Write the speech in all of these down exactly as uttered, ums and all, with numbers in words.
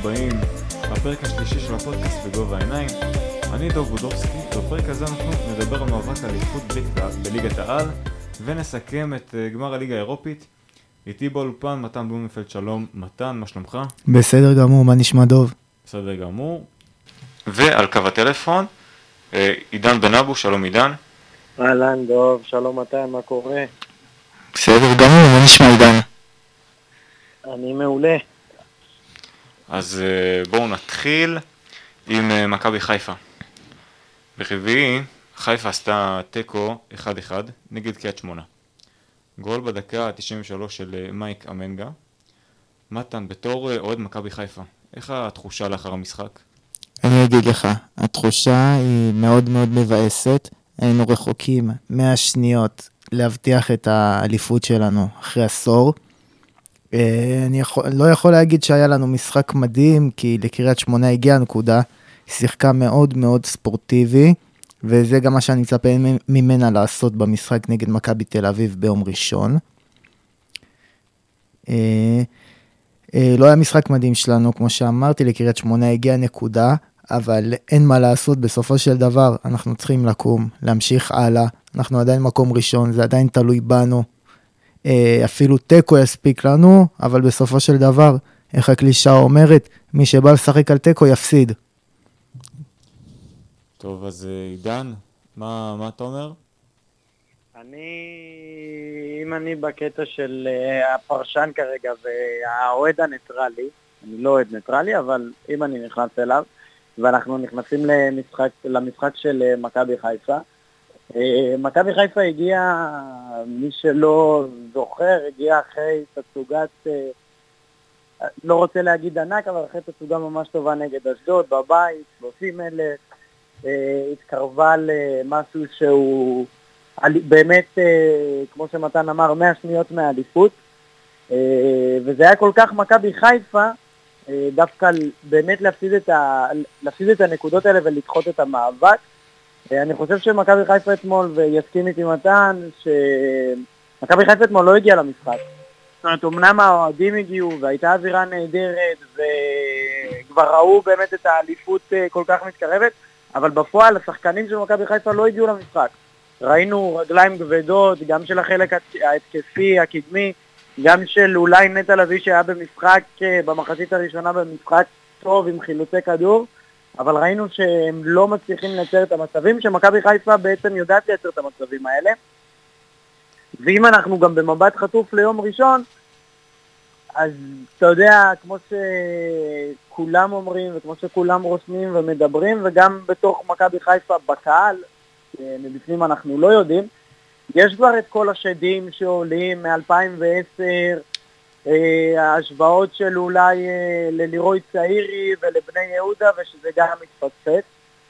הבאים בפרק השלישי של הפודקאסט בגובה העיניים. אני דוב בודובסקי, בפרק הזה אנחנו נדבר על מאבק אליפות בליגת העל ונסכם את גמר הליגה האירופית. איתי באולפן מתן בלומנפלד. שלום מתן, מה שלומך? בסדר גמור, מה נשמע דוב? בסדר גמור. ועל קו הטלפון עידן בן אבו. שלום עידן. אהלן דוב, שלום מתן, מה קורה? בסדר גמור, מה נשמע עידן? אני מעולה. אז בואו נתחיל עם מכבי חיפה. ברביעי חיפה עשתה טקו אחד אחד נגד קריית שמונה. גול בדקה ה-תשעים ושלוש של מייק אמנגה. מתן, בתור אוהד מכבי חיפה, איך התחושה לאחר המשחק? אני אגיד לך, התחושה היא מאוד מאוד מבאסת. היינו רחוקים מאה שניות להבטיח את האליפות שלנו אחרי עשור. אני יכול, לא יכול להגיד שהיה לנו משחק מדהים, כי לקריית שמונה הגיעה נקודה, היא שיחקה מאוד מאוד ספורטיבי, וזה גם מה שאני מצפה ממנה לעשות במשחק נגד מכבי תל אביב ביום ראשון. לא היה משחק מדהים שלנו, כמו שאמרתי, לקריית שמונה הגיעה נקודה, אבל אין מה לעשות, בסופו של דבר אנחנו צריכים לקום, להמשיך הלאה, אנחנו עדיין מקום ראשון, זה עדיין תלוי בנו, אפילו טקו יספיק לנו, אבל בסופו של דבר, איך הקלישה אומרת, מי שבא לשחק על טקו יפסיד. טוב, אז עידן, מה, מה אתה אומר? אני, אם אני בקטע של הפרשן כרגע והאוהד הניטרלי, אני לא אוהד ניטרלי, אבל אם אני נכנס אליו, ואנחנו נכנסים למשחק, למשחק של מכבי חיפה, מכבי חיפה הגיע, מי שלא זוכר, הגיע אחרי תצוגת, לא רוצה להגיד ענק, אבל אחרי תצוגה ממש טובה נגד אשדוד, בבית, שלושים אלף, התקרבה למשהו שהוא באמת, כמו שמתן אמר, מאה שניות מהאליפות, וזה היה כל כך מכבי חיפה, דווקא באמת להפסיד את, ה... להפסיד את הנקודות האלה ולדחות את המאבק. אני חושב שמכבי חיפה אתמול, ויסכים איתי מתן, שמכבי חיפה אתמול לא הגיע למשחק. זאת אומרת, אמנם האוהדים הגיעו, והייתה אווירה נהדרת, וכבר ראו באמת את האליפות כל כך מתקרבת, אבל בפועל השחקנים של מכבי חיפה לא הגיעו למשחק. ראינו רגליים כבדות, גם של החלק ההתקפי, הקדמי, גם של אולי נטע לביא שהיה במשחק, במחצית הראשונה במשחק טוב עם חילוצי כדור, אבל ראינו שהם לא מצליחים לייצר את המצבים, שמכבי חיפה בעצם יודעת לייצר את המצבים האלה. ואם אנחנו גם במבט חטוף ליום ראשון, אז אתה יודע, כמו שכולם אומרים וכמו שכולם רושמים ומדברים, וגם בתוך מכבי חיפה בקהל, מבפנים אנחנו לא יודעים, יש כבר את כל השדים שעולים מ-אלפיים ועשר, ההשוואות של אולי ללירוי צעירי ולבני יהודה, ושזה גם מתפספס.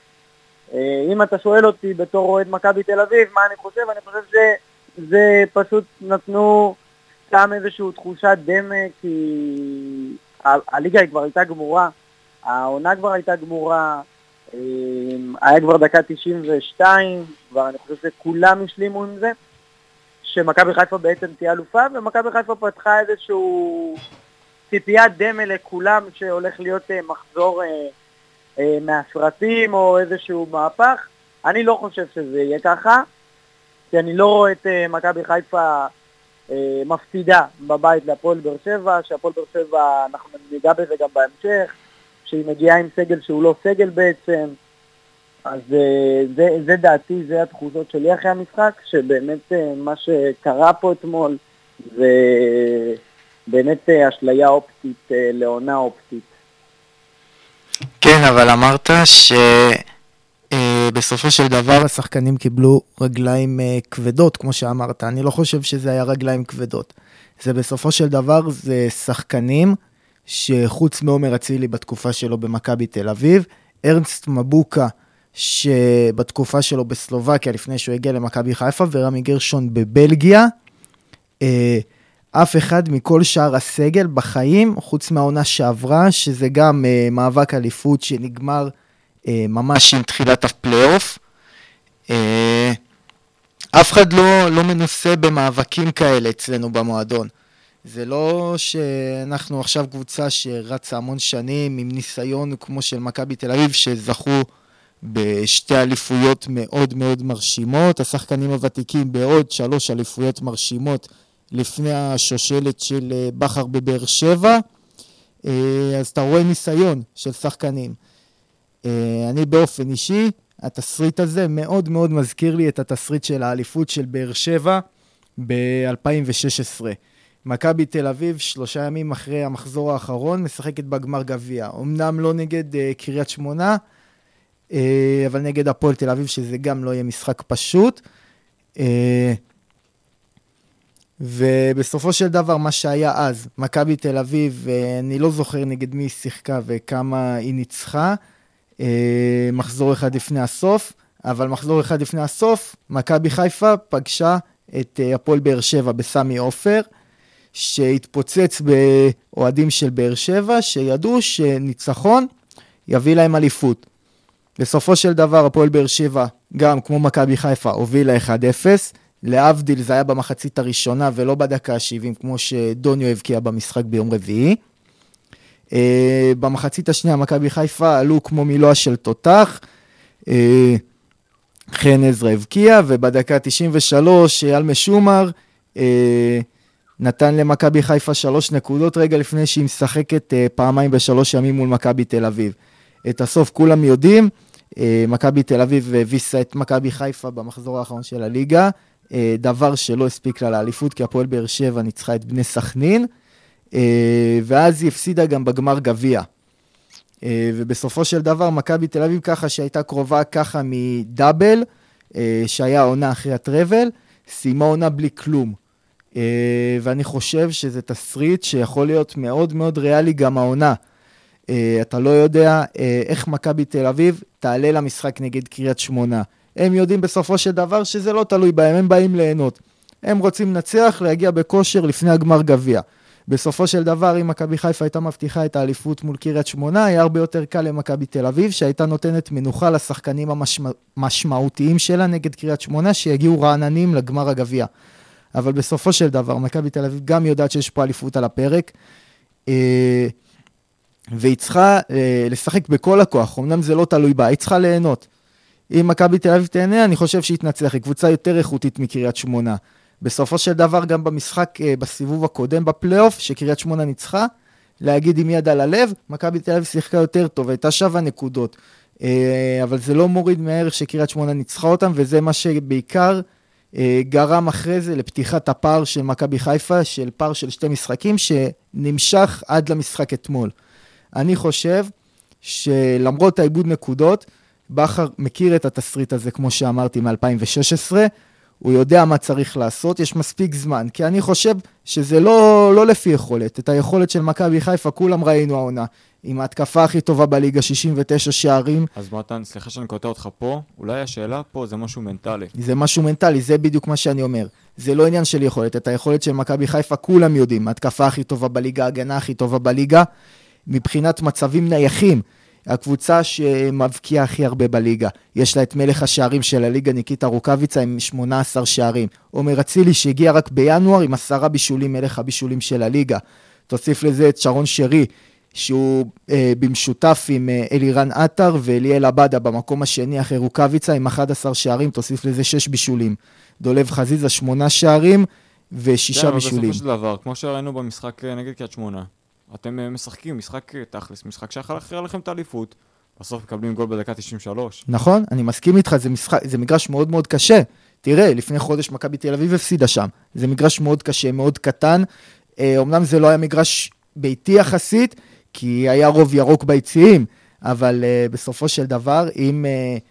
אם אתה שואל אותי בתור אוהד מכבי תל אביב, מה אני חושב? אני חושב שזה פשוט נתנו גם איזושהי תחושת דמה, כי הליגה היא כבר הייתה גמורה, העונה כבר הייתה גמורה, היה כבר דקה תשעים ושתיים, ואני חושב שכולם השלימו עם זה, שמכבי חיפה בעצם תהיה אלופה, ומכבי חיפה פתחה איזשהו ציפיית דמה לכולם, שהולך להיות מחזור מהסרטים או איזשהו מהפך. אני לא חושב שזה יהיה ככה, כי אני לא רואה את מכבי חיפה מפסידה בבית להפועל באר שבע, שהפועל באר שבע, אנחנו ניגע בזה גם בהמשך, שהיא מגיעה עם סגל שהוא לא סגל בעצם. אז זה, זה דעתי, זה התחושות שלי אחרי המשחק, שבאמת מה שקרה פה אתמול זה באמת אשליה אופטית לעונה אופטית. כן, אבל אמרת שבסופו של דבר השחקנים קיבלו רגליים כבדות, כמו שאמרת. אני לא חושב שזה היה רגליים כבדות. זה בסופו של דבר זה שחקנים שחוץ מעומר אצילי בתקופה שלו במכבי תל אביב, ארנסט מבוקה שבתקופה שלו בסלובקיה לפני שהוא הגיע למכבי חיפה, ורמי גרשון בבלגיה, אף אחד מכל שאר הסגל בחיים, חוץ מהעונה שעברה, שזה גם מאבק אליפות שנגמר ממש עם תחילת הפלייאוף, אף אחד לא, לא מנוסה במאבקים כאלה אצלנו במועדון. זה לא שאנחנו עכשיו קבוצה שרצה המון שנים עם ניסיון כמו של מכבי תל אביב שזכו בשתי אליפויות מאוד מאוד מרשימות, השחקנים הוותיקים בעוד שלוש אליפויות מרשימות לפני השושלת של בחר בבאר שבע, אז אתה רואה ניסיון של שחקנים. אני באופן אישי, התסריט הזה מאוד מאוד מזכיר לי את התסריט של האליפות של באר שבע ב-אלפיים ושש עשרה. מכבי תל אביב, שלושה ימים אחרי המחזור האחרון, משחקת בגמר גביע. אמנם לא נגד קריית שמונה, אבל נגד הפועל תל אביב, שזה גם לא יהיה משחק פשוט. ובסופו של דבר, מה שהיה אז, מכבי תל אביב, אני לא זוכר נגד מי היא שיחקה וכמה היא ניצחה, מחזור אחד לפני הסוף, אבל מחזור אחד לפני הסוף, מכבי חיפה פגשה את הפועל באר שבע בסמי עופר, שהתפוצץ באוהדים של באר שבע, שידעו שניצחון יביא להם אליפות. בסופו של דבר, הפועל באר שבע, גם כמו מכבי חיפה, הובילה אחד אפס, להבדיל זה היה במחצית הראשונה ולא בדקה ה-שבעים, כמו שדוניו הבקיע במשחק ביום רביעי. Uh, במחצית השנייה, מכבי חיפה עלו כמו מילואה של תותח, uh, חן עזרא הבקיע, ובדקה תשעים ושלוש, אייל משומר, uh, נתן למכבי חיפה שלוש נקודות רגע לפני שהיא משחקת uh, פעמיים בשלוש ימים מול מכבי תל אביב. את הסוף כולם יודעים, uh, מכבי תל אביב הביסה את מכבי חיפה במחזור האחרון של הליגה, uh, דבר שלא הספיק לה לאליפות, כי הפועל באר שבע ניצחה את בני סכנין, uh, ואז היא הפסידה גם בגמר גביע. Uh, ובסופו של דבר, מכבי תל אביב ככה שהייתה קרובה ככה מדאבל, uh, שהיה עונה אחרי הטרבל, סיימה עונה בלי כלום. Uh, ואני חושב שזה תסריט שיכול להיות מאוד מאוד ריאלי גם העונה. Uh, אתה לא יודע uh, איך מכבי תל אביב תעלה למשחק נגד קריית שמונה. הם יודעים בסופו של דבר שזה לא תלוי בהם, הם באים ליהנות. הם רוצים לנצח, להגיע בכושר לפני הגמר גביע. בסופו של דבר, אם מכבי חיפה הייתה מבטיחה את האליפות מול קריית שמונה, היה הרבה יותר קל למכבי תל אביב, שהייתה נותנת מנוחה לשחקנים המשמעותיים שלה נגד קריית שמונה, שיגיעו רעננים לגמר הגביע. אבל בסופו של דבר, מכבי תל אביב גם יודעת שיש פה אליפות על הפרק, והיא צריכה לשחק בכל הכוח, אמנם זה לא תלוי בה, היא צריכה ליהנות. אם מכבי תל אביב תהנה, אני חושב שהיא תנצח, היא קבוצה יותר איכותית מקריית שמונה. בסופו של דבר, גם במשחק, בסיבוב הקודם בפלייאוף, שקריית שמונה ניצחה, להגיד עם יד על הלב, מכבי תל אביב שיחקה יותר טוב, הייתה שווה נקודות. אבל זה לא מוריד מהערך שקריית שמונה ניצחה אותם, וזה מה שבעיקר גרם אחרי זה לפתיחת הפער של מכבי חיפה, של פער של שתי משחקים, שנמשך עד למשחק אתמול. אני חושב שלמרות העיבוד נקודות, בכר מכיר את התסריט הזה, כמו שאמרתי, מ-אלפיים ושש עשרה, הוא יודע מה צריך לעשות, יש מספיק זמן, כי אני חושב שזה לא, לא לפי יכולת. את היכולת של מכבי חיפה, כולם ראינו העונה, עם ההתקפה הכי טובה בליגה, שישים ותשע שערים. אז מתן, סליחה שאני קוטע אותך פה, אולי השאלה פה זה משהו מנטלי. זה משהו מנטלי, זה בדיוק מה שאני אומר. זה לא עניין של יכולת, את היכולת של מכבי חיפה, כולם יודעים, ההתקפה הכי טובה בליגה, ההגנה הכי טובה בליגה, מבחינת מצבים נייחים, הקבוצה שמבקיעה הכי הרבה בליגה. יש לה את מלך השערים של הליגה, ניקיטה רוקאביצה, עם שמונה עשר שערים. עומר אצילי שהגיע רק בינואר עם עשרה בישולים, מלך הבישולים של הליגה. תוסיף לזה את שרון שרי, שהוא אה, במשותף עם אה, אלירן עטר ואליאל עבדה במקום השני אחרי רוקאביצה עם אחד עשר שערים, תוסיף לזה שש בישולים. דולב חזיזה שמונה שערים ושישה כן, בישולים. בסופו של דבר, כמו שראינו במשחק נגד קריית שמונה, אתם משחקים, משחק תכלס, משחק שיכול להכריע לכם את האליפות, בסוף מקבלים גול בדקה תשעים ושלוש. נכון, אני מסכים איתך, זה, משחק, זה מגרש מאוד מאוד קשה. תראה, לפני חודש מכבי תל אביב הפסידה שם. זה מגרש מאוד קשה, מאוד קטן. אומנם זה לא היה מגרש ביתי יחסית, כי היה רוב ירוק ביציעים, אבל uh, בסופו של דבר, אם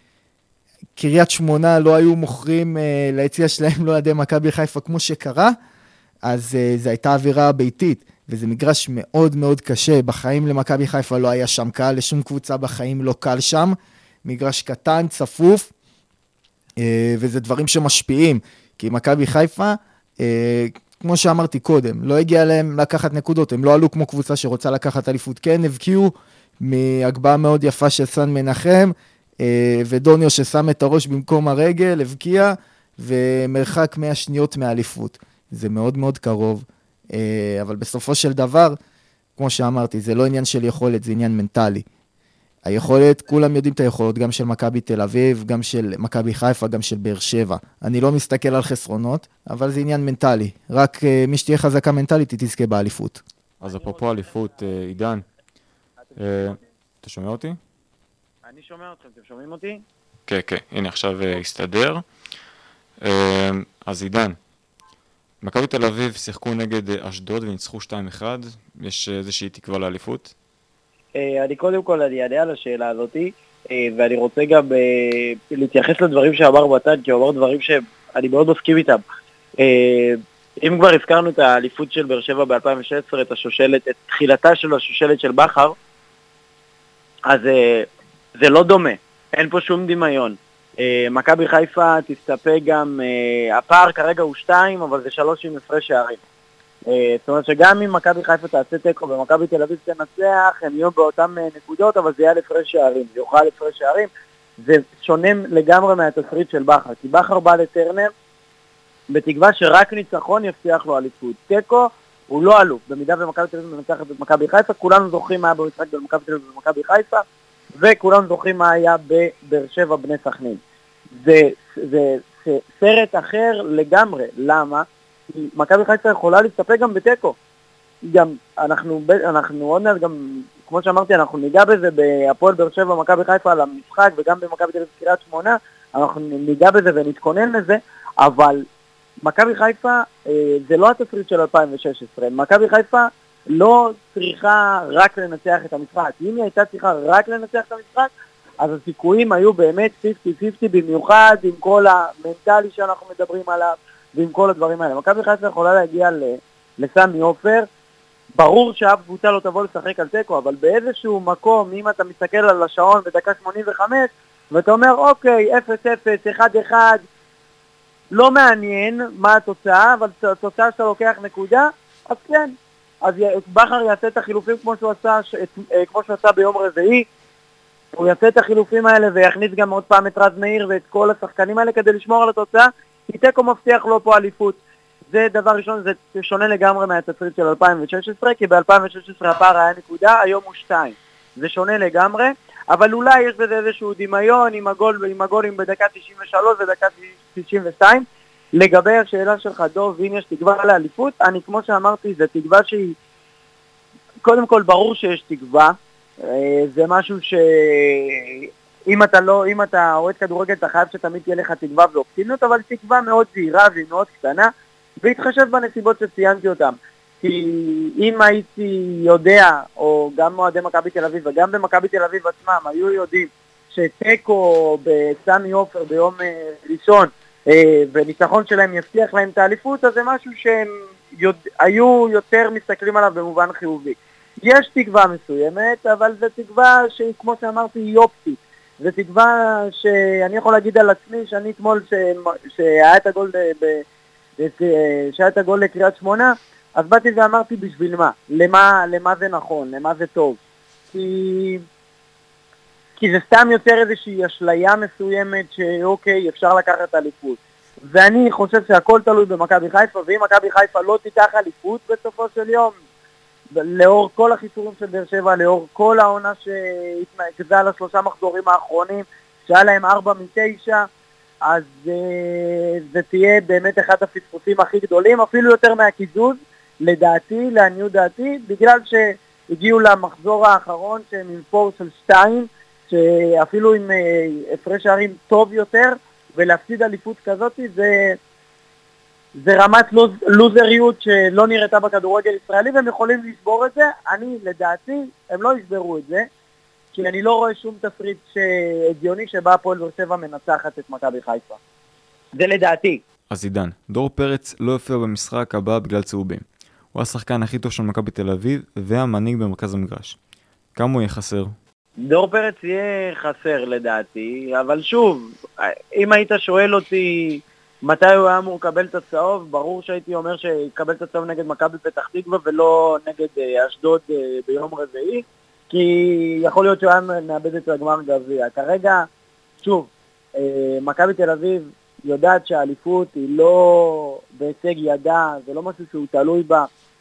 uh, קריית שמונה לא היו מוכרים uh, ליציע שלהם, לא ידי מכבי חיפה כמו שקרה, אז uh, זו הייתה אווירה ביתית. וזה מגרש מאוד מאוד קשה, בחיים למכבי חיפה לא היה שם קל, לשום קבוצה בחיים לא קל שם, מגרש קטן, צפוף, וזה דברים שמשפיעים, כי מכבי חיפה, כמו שאמרתי קודם, לא הגיע להם לקחת נקודות, הם לא עלו כמו קבוצה שרוצה לקחת אליפות, כן, הבקיעו מהגבהה מאוד יפה של סן מנחם, ודוניו ששם את הראש במקום הרגל, הבקיע, ומרחק מאה שניות מהאליפות. זה מאוד מאוד קרוב. אבל בסופו של דבר, כמו שאמרתי, זה לא עניין של יכולת, זה עניין מנטלי. היכולת, כולם יודעים את היכולות, גם של מכבי תל אביב, גם של מכבי חיפה, גם של באר שבע. אני לא מסתכל על חסרונות, אבל זה עניין מנטלי. רק מי שתהיה חזקה מנטלית, היא תזכה באליפות. אז אפרופו אליפות, עידן, אתה שומע אותי? אני שומע אתכם, אתם שומעים אותי? כן, כן, הנה עכשיו הסתדר. אז עידן, מכבי תל אביב שיחקו נגד אשדוד וניצחו שתיים אחד, יש איזושהי תקווה לאליפות? אני קודם כל אני אענה על השאלה הזאת, ואני רוצה גם להתייחס לדברים שאמר מתן, כי הוא אמר דברים שאני מאוד מסכים איתם. אם כבר הזכרנו את האליפות של באר שבע ב-אלפיים ושש עשרה, את השושלת, את תחילתה של השושלת של בכר, אז זה לא דומה, אין פה שום דמיון. מכבי חיפה תסתפק גם, הפער כרגע הוא שתיים, אבל זה שלוש עם הפרש שערים. זאת אומרת שגם אם מכבי חיפה תעשה תיקו ומכבי תל אביב תנצח, הם יהיו באותם נקודות, אבל זה יהיה לפרש שערים, זה יוכל לפרש שערים. זה שונה לגמרי מהתסריט של בכר, כי בכר בא לטרנר בתקווה שרק ניצחון יבטיח לו אליפות. תיקו הוא לא אלוף, במידה ומכבי תל אביב מנצחת את מכבי חיפה, כולנו זוכרים מה היה במשחק בין מכבי תל אביב ומכבי חיפה, וכולנו זוכרים מה היה בבאר שבע בני סכנין. זה, זה, זה סרט אחר לגמרי. למה? כי מכבי חיפה יכולה להסתפק גם בתיקו. גם אנחנו, אנחנו עוד מעט גם, כמו שאמרתי, אנחנו ניגע בזה בהפועל באר שבע מכבי חיפה על המשחק, וגם במכבי תל אביב קריית שמונה, אנחנו ניגע בזה ונתכונן לזה, אבל מכבי חיפה זה לא התסריט של אלפיים ושש עשרה. מכבי חיפה לא צריכה רק לנצח את המשחק. אם היא הייתה צריכה רק לנצח את המשחק, אז הסיכויים היו באמת חמישים חמישים, במיוחד עם כל המנטלי שאנחנו מדברים עליו, ועם כל הדברים האלה. מכבי חיפה יכולה להגיע לסמי עופר, ברור שאף קבוצה לא תבוא לשחק על תיקו, אבל באיזשהו מקום, אם אתה מסתכל על השעון בדקה שמונים וחמש, ואתה אומר, אוקיי, אפס אפס, אחד אחד, לא מעניין מה התוצאה, אבל התוצאה שאתה לוקח נקודה, אז כן. אז בכר יעשה את החילופים כמו שהוא עשה, כמו שהוא עשה ביום רביעי, הוא יעשה את החילופים האלה ויכניס גם עוד פעם את רז מאיר ואת כל השחקנים האלה כדי לשמור על התוצאה, כי תיקו מבטיח לו פה אליפות. זה דבר ראשון, זה שונה לגמרי מהתסריט של אלפיים ושש עשרה, כי ב-אלפיים ושש עשרה הפער היה נקודה, היום הוא שתיים. זה שונה לגמרי, אבל אולי יש בזה איזשהו דמיון עם הגול, עם הגולים בדקה תשעים ושלוש ודקה תשעים ושתיים. לגבי השאלה שלך, דוב, אם יש תקווה לאליפות, אני כמו שאמרתי, זה תקווה שהיא, קודם כל ברור שיש תקווה, זה משהו שאם אתה לא, אם אתה אוהד כדורגל, אתה חייב שתמיד תהיה לך תקווה ואופטימיות, אבל תקווה מאוד זהירה והיא מאוד קטנה, והתחשב בנסיבות שציינתי אותם. כי אם הייתי יודע, או גם מועדי מכבי תל אביב וגם במכבי תל אביב עצמם, היו יודעים שטקו בסמי עופר ביום ראשון, וניצחון שלהם יבטיח להם את האליפות, אז זה משהו שהם יודע, היו יותר מסתכלים עליו במובן חיובי. יש תקווה מסוימת, אבל זו תקווה שהיא, כמו שאמרתי, היא אופטית. זו תקווה שאני יכול להגיד על עצמי, שאני אתמול ש... שהיה את הגול ב... שהיה את הגול לקריית שמונה, אז באתי ואמרתי בשביל מה? למה, למה זה נכון? למה זה טוב? כי... כי זה סתם יותר איזושהי אשליה מסוימת שאוקיי, אפשר לקחת אליפות. ואני חושב שהכל תלוי במכבי חיפה, ואם מכבי חיפה לא תיקח אליפות בסופו של יום, לאור כל החיסורים של באר שבע, לאור כל העונה שהתנקזה על השלושה מחזורים האחרונים, שהיה להם ארבע מתשע, אז זה תהיה באמת אחד הפספוסים הכי גדולים, אפילו יותר מהקיזוז, לדעתי, לעניות דעתי, בגלל שהגיעו למחזור האחרון שהם עם פור של שתיים, שאפילו עם הפרש שערים טוב יותר, ולהפסיד אליפות כזאת, זה, זה רמת לוז, לוזריות שלא נראתה בכדורגל ישראלי, והם יכולים לשבור את זה. אני, לדעתי, הם לא ישברו את זה, כי אני לא רואה שום תפריט הגיוני שבה הפועל באר שבע מנצחת את מכבי חיפה. זה לדעתי. אז עידן, דור פרץ לא יופיע במשחק הבא בגלל צהובים. הוא השחקן הכי טוב של מכבי תל אביב, והמנהיג במרכז המגרש. כמה הוא יהיה חסר? דור פרץ יהיה חסר לדעתי, אבל שוב, אם היית שואל אותי מתי הוא היה אמור לקבל את הצהוב, ברור שהייתי אומר שיקבל את הצהוב נגד מכבי פתח תקווה ולא נגד אשדוד ביום רביעי, כי יכול להיות שהוא היה מאבד את הגמר גביע. כרגע, שוב, מכבי תל אביב יודעת שהאליפות היא לא בהישג ידה, זה לא משהו שהוא תלוי בה,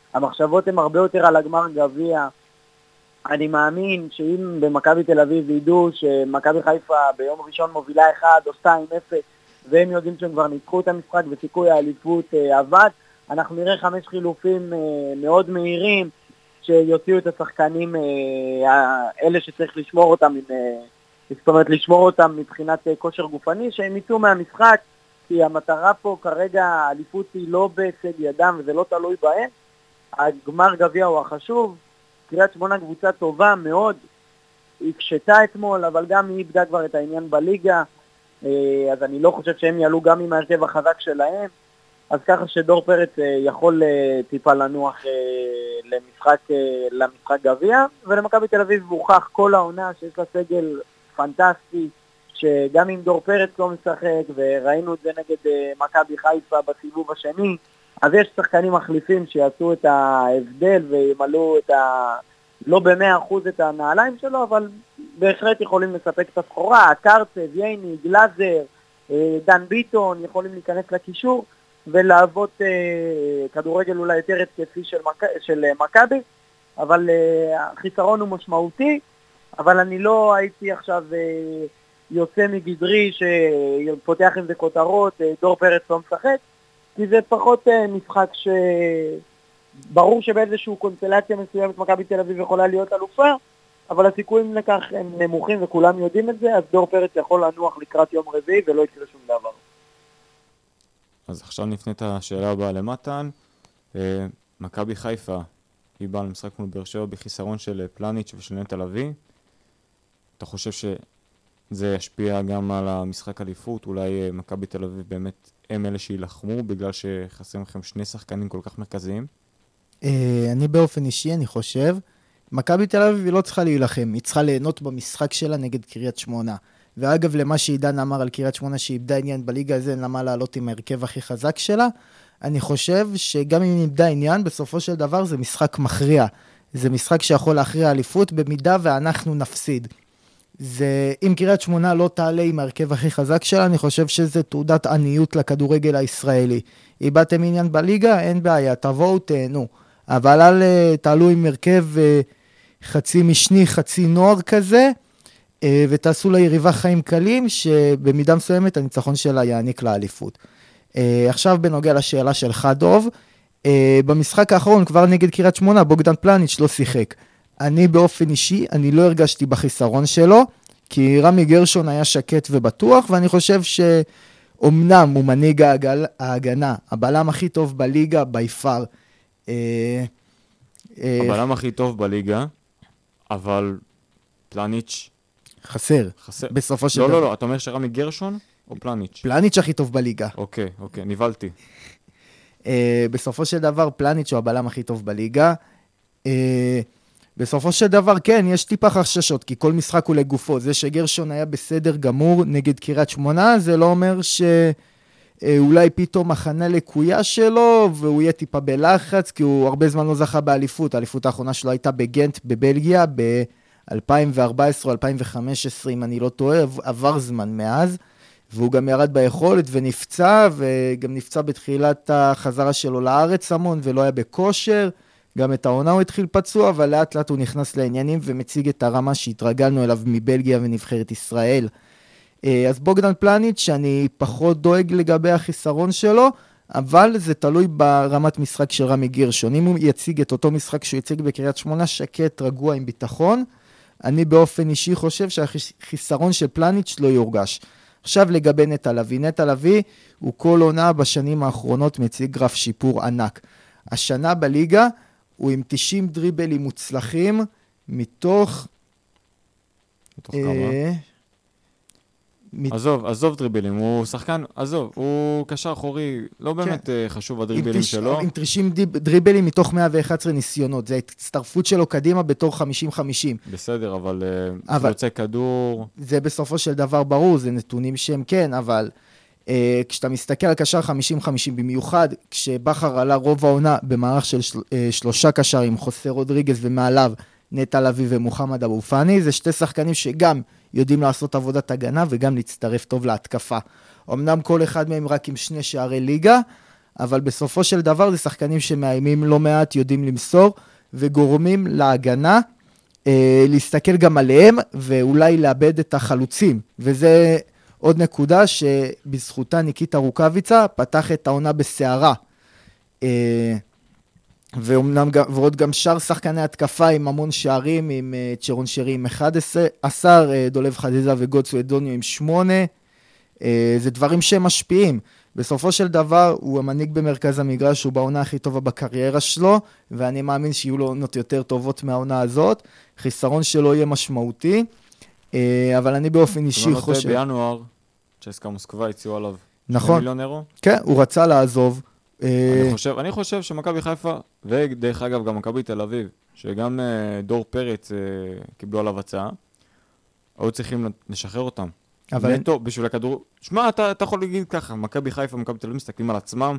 המחשבות הן הרבה יותר על הגמר גביע. אני מאמין שאם במכבי תל אביב ידעו שמכבי חיפה ביום ראשון מובילה אחד או שתיים אפס, והם יודעים שהם כבר ניצחו את המשחק וסיכוי האליפות עבד, אנחנו נראה חמש חילופים מאוד מהירים, שיוציאו את השחקנים אלה שצריך לשמור אותם, זאת אומרת לשמור אותם מבחינת כושר גופני, שהם יצאו מהמשחק, כי המטרה פה כרגע, האליפות היא לא בהישג ידם וזה לא תלוי בהם. הגמר גביע הוא החשוב, קריית שמונה קבוצה טובה מאוד, היא קשתה אתמול, אבל גם היא איבדה כבר את העניין בליגה, אז אני לא חושב שהם יעלו גם עם ההרכב החזק שלהם, אז ככה שדור פרץ יכול טיפה לנוח למשחק, למשחק גביע, ולמכבי תל אביב הוכח כל העונה שיש לה סגל פנטסטי, שגם אם דור פרץ לא משחק, וראינו את זה נגד מכבי חיפה בסיבוב השני, אז יש שחקנים מחליפים שיעשו את ההבדל וימלאו את ה... לא במאה אחוז את הנעליים שלו, אבל בהחלט יכולים לספק את הסחורה, קרצב, ייני, גלאזר, דן ביטון, יכולים להיכנס לקישור, ולעבוד אה, כדורגל אולי יותר התקפי של, מק... של מכבי, אבל אה, החיסרון הוא משמעותי, אבל אני לא הייתי עכשיו אה, יוצא מגדרי שפותח עם זה כותרות, אה, דור פרץ לא משחק, כי זה פחות אה, משחק שברור שבאיזשהו קונסטלציה מסוימת מכבי תל אביב יכולה להיות אלופה, אבל הסיכויים לכך הם נמוכים וכולם יודעים את זה, אז דור פרץ יכול לנוח לקראת יום רביעי ולא יקרה שום דבר. אז עכשיו נפנה את השאלה הבאה למתן. מכבי חיפה היא באה למשחק מול באר שבע בחיסרון של פלניץ' ושל נטע לביא. אתה חושב שזה ישפיע גם על המשחק אליפות? אולי מכבי תל אביב באמת הם אלה שילחמו בגלל שחסרים לכם שני שחקנים כל כך מרכזיים? אני באופן אישי, אני חושב, מכבי תל אביב היא לא צריכה להילחם, היא צריכה ליהנות במשחק שלה נגד קריית שמונה. ואגב, למה שעידן אמר על קריית שמונה שאיבדה עניין בליגה הזה, אין למה לעלות עם ההרכב הכי חזק שלה, אני חושב שגם אם איבדה עניין, בסופו של דבר זה משחק מכריע. זה משחק שיכול להכריע אליפות במידה ואנחנו נפסיד. זה, אם קריית שמונה לא תעלה עם ההרכב הכי חזק שלה, אני חושב שזה תעודת עניות לכדורגל הישראלי. איבדתם עניין בליגה, אין בעיה, תבואו, תהנו. אבל אל תעלו עם הרכב חצי משני, חצי נוער כזה, ותעשו ליריבה חיים קלים, שבמידה מסוימת הניצחון שלה יעניק לאליפות. עכשיו בנוגע לשאלה שלך דוב, במשחק האחרון כבר נגד קריית שמונה, בוגדן פלניץ' לא שיחק. אני באופן אישי, אני לא הרגשתי בחיסרון שלו, כי רמי גרשון היה שקט ובטוח, ואני חושב שאומנם הוא מנהיג ההגנה, הבלם הכי טוב בליגה, ביפר. הבלם הכי טוב בליגה, אבל פלניץ' חסר, חסר. בסופו של לא, דבר. לא, לא, אתה אומר שרמי גרשון או פלניץ'? פלניץ' הכי טוב בליגה. אוקיי, אוקיי, ניבלתי. בסופו של דבר, פלניץ' הוא הבלם הכי טוב בליגה. בסופו של דבר, כן, יש טיפה חששות, כי כל משחק הוא לגופו. זה שגרשון היה בסדר גמור נגד קריית שמונה, זה לא אומר שאולי פתאום הכנה לקויה שלו, והוא יהיה טיפה בלחץ, כי הוא הרבה זמן לא זכה באליפות. האליפות האחרונה שלו הייתה בגנט בבלגיה, ב-אלפיים וארבע עשרה אלפיים וחמש עשרה, אם אני לא טועה, עבר זמן מאז, והוא גם ירד ביכולת ונפצע, וגם נפצע בתחילת החזרה שלו לארץ המון, ולא היה בכושר. גם את העונה הוא התחיל פצוע, אבל לאט לאט הוא נכנס לעניינים ומציג את הרמה שהתרגלנו אליו מבלגיה ונבחרת ישראל. אז בוגדן פלניץ' שאני פחות דואג לגבי החיסרון שלו, אבל זה תלוי ברמת משחק של רמי גרשון. אם הוא יציג את אותו משחק שהוא יציג בקריית שמונה, שקט, רגוע עם ביטחון, אני באופן אישי חושב שהחיסרון של פלניץ' לא יורגש. עכשיו לגבי נטע לביא. נטע לביא הוא כל עונה בשנים האחרונות מציג גרף שיפור ענק. השנה בליגה הוא עם תשעים דריבלים מוצלחים, מתוך... מתוך כמה? עזוב, עזוב דריבלים, הוא שחקן, עזוב, הוא קשר אחורי, לא באמת חשוב הדריבלים שלו. עם תשעים דריבלים מתוך מאה ואחד עשרה ניסיונות, זה ההצטרפות שלו קדימה בתור חמישים חמישים. בסדר, אבל הוא יוצא כדור... זה בסופו של דבר ברור, זה נתונים שהם כן, אבל... כשאתה מסתכל על קשר חמישים חמישים, במיוחד כשבחר עלה רוב העונה במערך של שלושה קשרים, חוסה רודריגז ומעליו נטע לביא ומוחמד אבו פאני, זה שתי שחקנים שגם יודעים לעשות עבודת הגנה וגם להצטרף טוב להתקפה. אמנם כל אחד מהם רק עם שני שערי ליגה, אבל בסופו של דבר זה שחקנים שמאיימים לא מעט, יודעים למסור, וגורמים להגנה אה, להסתכל גם עליהם, ואולי לאבד את החלוצים. וזה עוד נקודה שבזכותה ניקיטה רוקאביצה פתח את העונה בסערה. אה, ואומנם, ועוד גם שאר שחקני התקפה עם המון שערים, עם uh, צ'רון שרי עם אחד עשר, uh, דולב חזיזה וגודסו אדוניו עם שמונה, uh, זה דברים שהם משפיעים. בסופו של דבר הוא המנהיג במרכז המגרש, הוא בעונה הכי טובה בקריירה שלו, ואני מאמין שיהיו לו עונות יותר טובות מהעונה הזאת, חיסרון שלו יהיה משמעותי, uh, אבל אני באופן אישי חושב... בינואר, צ'סקה מוסקבה הציעו עליו נכון. מיליון אירו? כן, הוא רצה לעזוב, אני חושב, אני חושב שמכבי חיפה, ודרך אגב גם מכבי תל אביב, שגם דור פרץ קיבלו עליו הצעה, היו צריכים לשחרר אותם. אבל נטו, בשביל הכדור... שמע, אתה, אתה יכול להגיד ככה, מכבי חיפה ומכבי תל אביב מסתכלים על עצמם.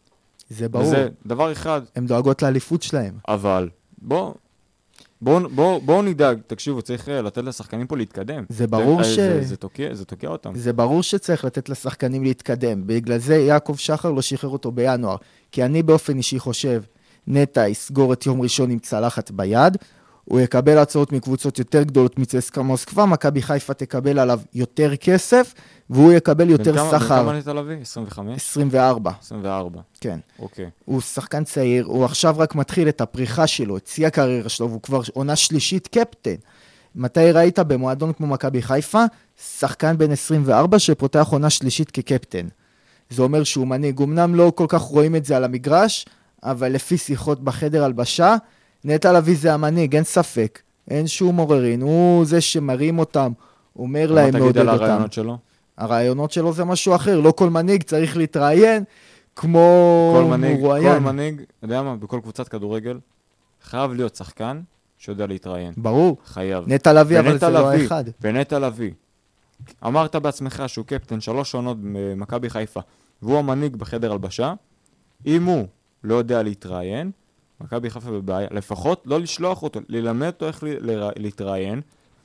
זה ברור. וזה דבר אחד. הם דואגות לאליפות שלהם. אבל, בוא... בואו בוא, בוא נדאג, תקשיבו, צריך לתת לשחקנים פה להתקדם. זה ברור ש... זה, זה, תוקע, זה תוקע אותם. זה ברור שצריך לתת לשחקנים להתקדם. בגלל זה יעקב שחר לא שחרר אותו בינואר. כי אני באופן אישי חושב, נטע יסגור את יום ראשון עם צלחת ביד, הוא יקבל הצעות מקבוצות יותר גדולות מצסקה מוסקבה, מכבי חיפה תקבל עליו יותר כסף, והוא יקבל יותר שכר. בכמה נטע לביא? עשרים וחמש? עשרים וארבע. עשרים וארבע. כן. אוקיי. הוא שחקן צעיר, הוא עכשיו רק מתחיל את הפריחה שלו, את שיא הקריירה שלו, והוא כבר עונה שלישית קפטן. מתי ראית במועדון כמו מכבי חיפה, שחקן בן עשרים וארבע שפותח עונה שלישית כקפטן? זה אומר שהוא מנהיג, אמנם לא כל כך רואים את זה על המגרש, אבל לפי שיחות בחדר הלבשה, נטע לביא זה המנהיג, אין ספק, אין שום עוררין, הוא זה שמרים אותם, אומר להם מעודד אותם. מה תגיד על הרעיונות שלו? הרעיונות שלו זה משהו אחר, לא כל מנהיג צריך להתראיין כמו מרואיין. כל מנהיג, יודע מה, בכל קבוצת כדורגל, חייב להיות שחקן שיודע להתראיין. ברור. חייב. נטע לביא, אבל זה לא אחד. ונטע לביא. אמרת בעצמך שהוא קפטן שלוש עונות במכבי חיפה, והוא המנהיג בחדר הלבשה, אם הוא לא יודע להתראיין, מכבי חיפה בבעיה, לפחות לא לשלוח אותו, ללמד אותו איך להתראיין,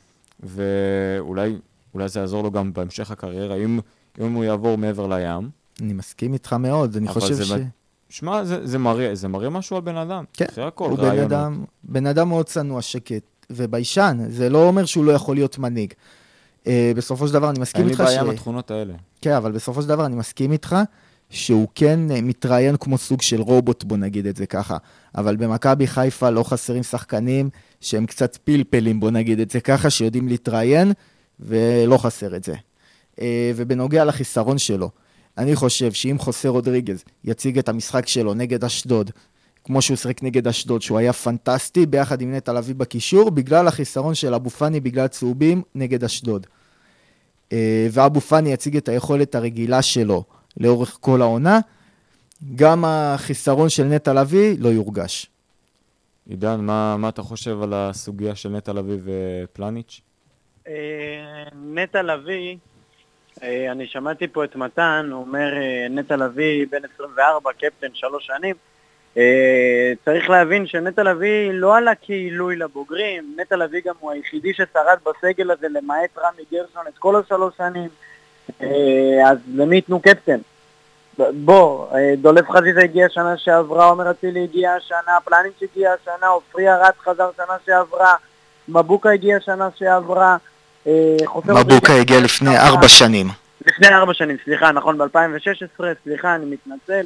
ואולי אולי זה יעזור לו גם בהמשך הקריירה, אם, אם הוא יעבור מעבר לים. אני מסכים איתך מאוד, אני חושב זה ש... שמע, זה, זה, מראה, זה מראה משהו על בן אדם. כן, הכל, הוא בן אדם, בן אדם מאוד צנוע, שקט וביישן, זה לא אומר שהוא לא יכול להיות מנהיג. Uh, בסופו של דבר אני מסכים איתך ש... אין לי בעיה מהתכונות האלה. כן, אבל בסופו של דבר אני מסכים איתך, שהוא כן מתראיין כמו סוג של רובוט, בוא נגיד את זה ככה. אבל במכבי חיפה לא חסרים שחקנים שהם קצת פלפלים, בוא נגיד את זה ככה, שיודעים להתראיין, ולא חסר את זה. ובנוגע לחיסרון שלו, אני חושב שאם חוסה רודריגז יציג את המשחק שלו נגד אשדוד, כמו שהוא שחק נגד אשדוד, שהוא היה פנטסטי, ביחד עם נטע לביא בקישור, בגלל החיסרון של אבו פאני בגלל צהובים נגד אשדוד. ואבו פאני יציג את היכולת הרגילה שלו, לאורך כל העונה, גם החיסרון של נטע לביא לא יורגש. עידן, מה, מה אתה חושב על הסוגיה של נטע לביא ופלניץ'? נטע לביא, אני שמעתי פה את מתן, הוא אומר נטע לביא בן עשרים וארבע, קפטן שלוש שנים, צריך להבין שנטע לביא לא עלה כעילוי לבוגרים, נטע לביא גם הוא היחידי ששרד בסגל הזה למעט רמי גרשון את כל השלוש שנים, אז למי יתנו קפטן? בוא, דולב חזיזה הגיע שנה שעברה, עומר אצילי הגיע שנה, פלניץ' הגיע שנה, עופרי ארד חזר שנה שעברה, מבוקה הגיע שנה שעברה, מבוקה הגיע לפני ארבע שנים. לפני ארבע שנים, סליחה, נכון, ב-אלפיים ושש עשרה, סליחה, אני מתנצל.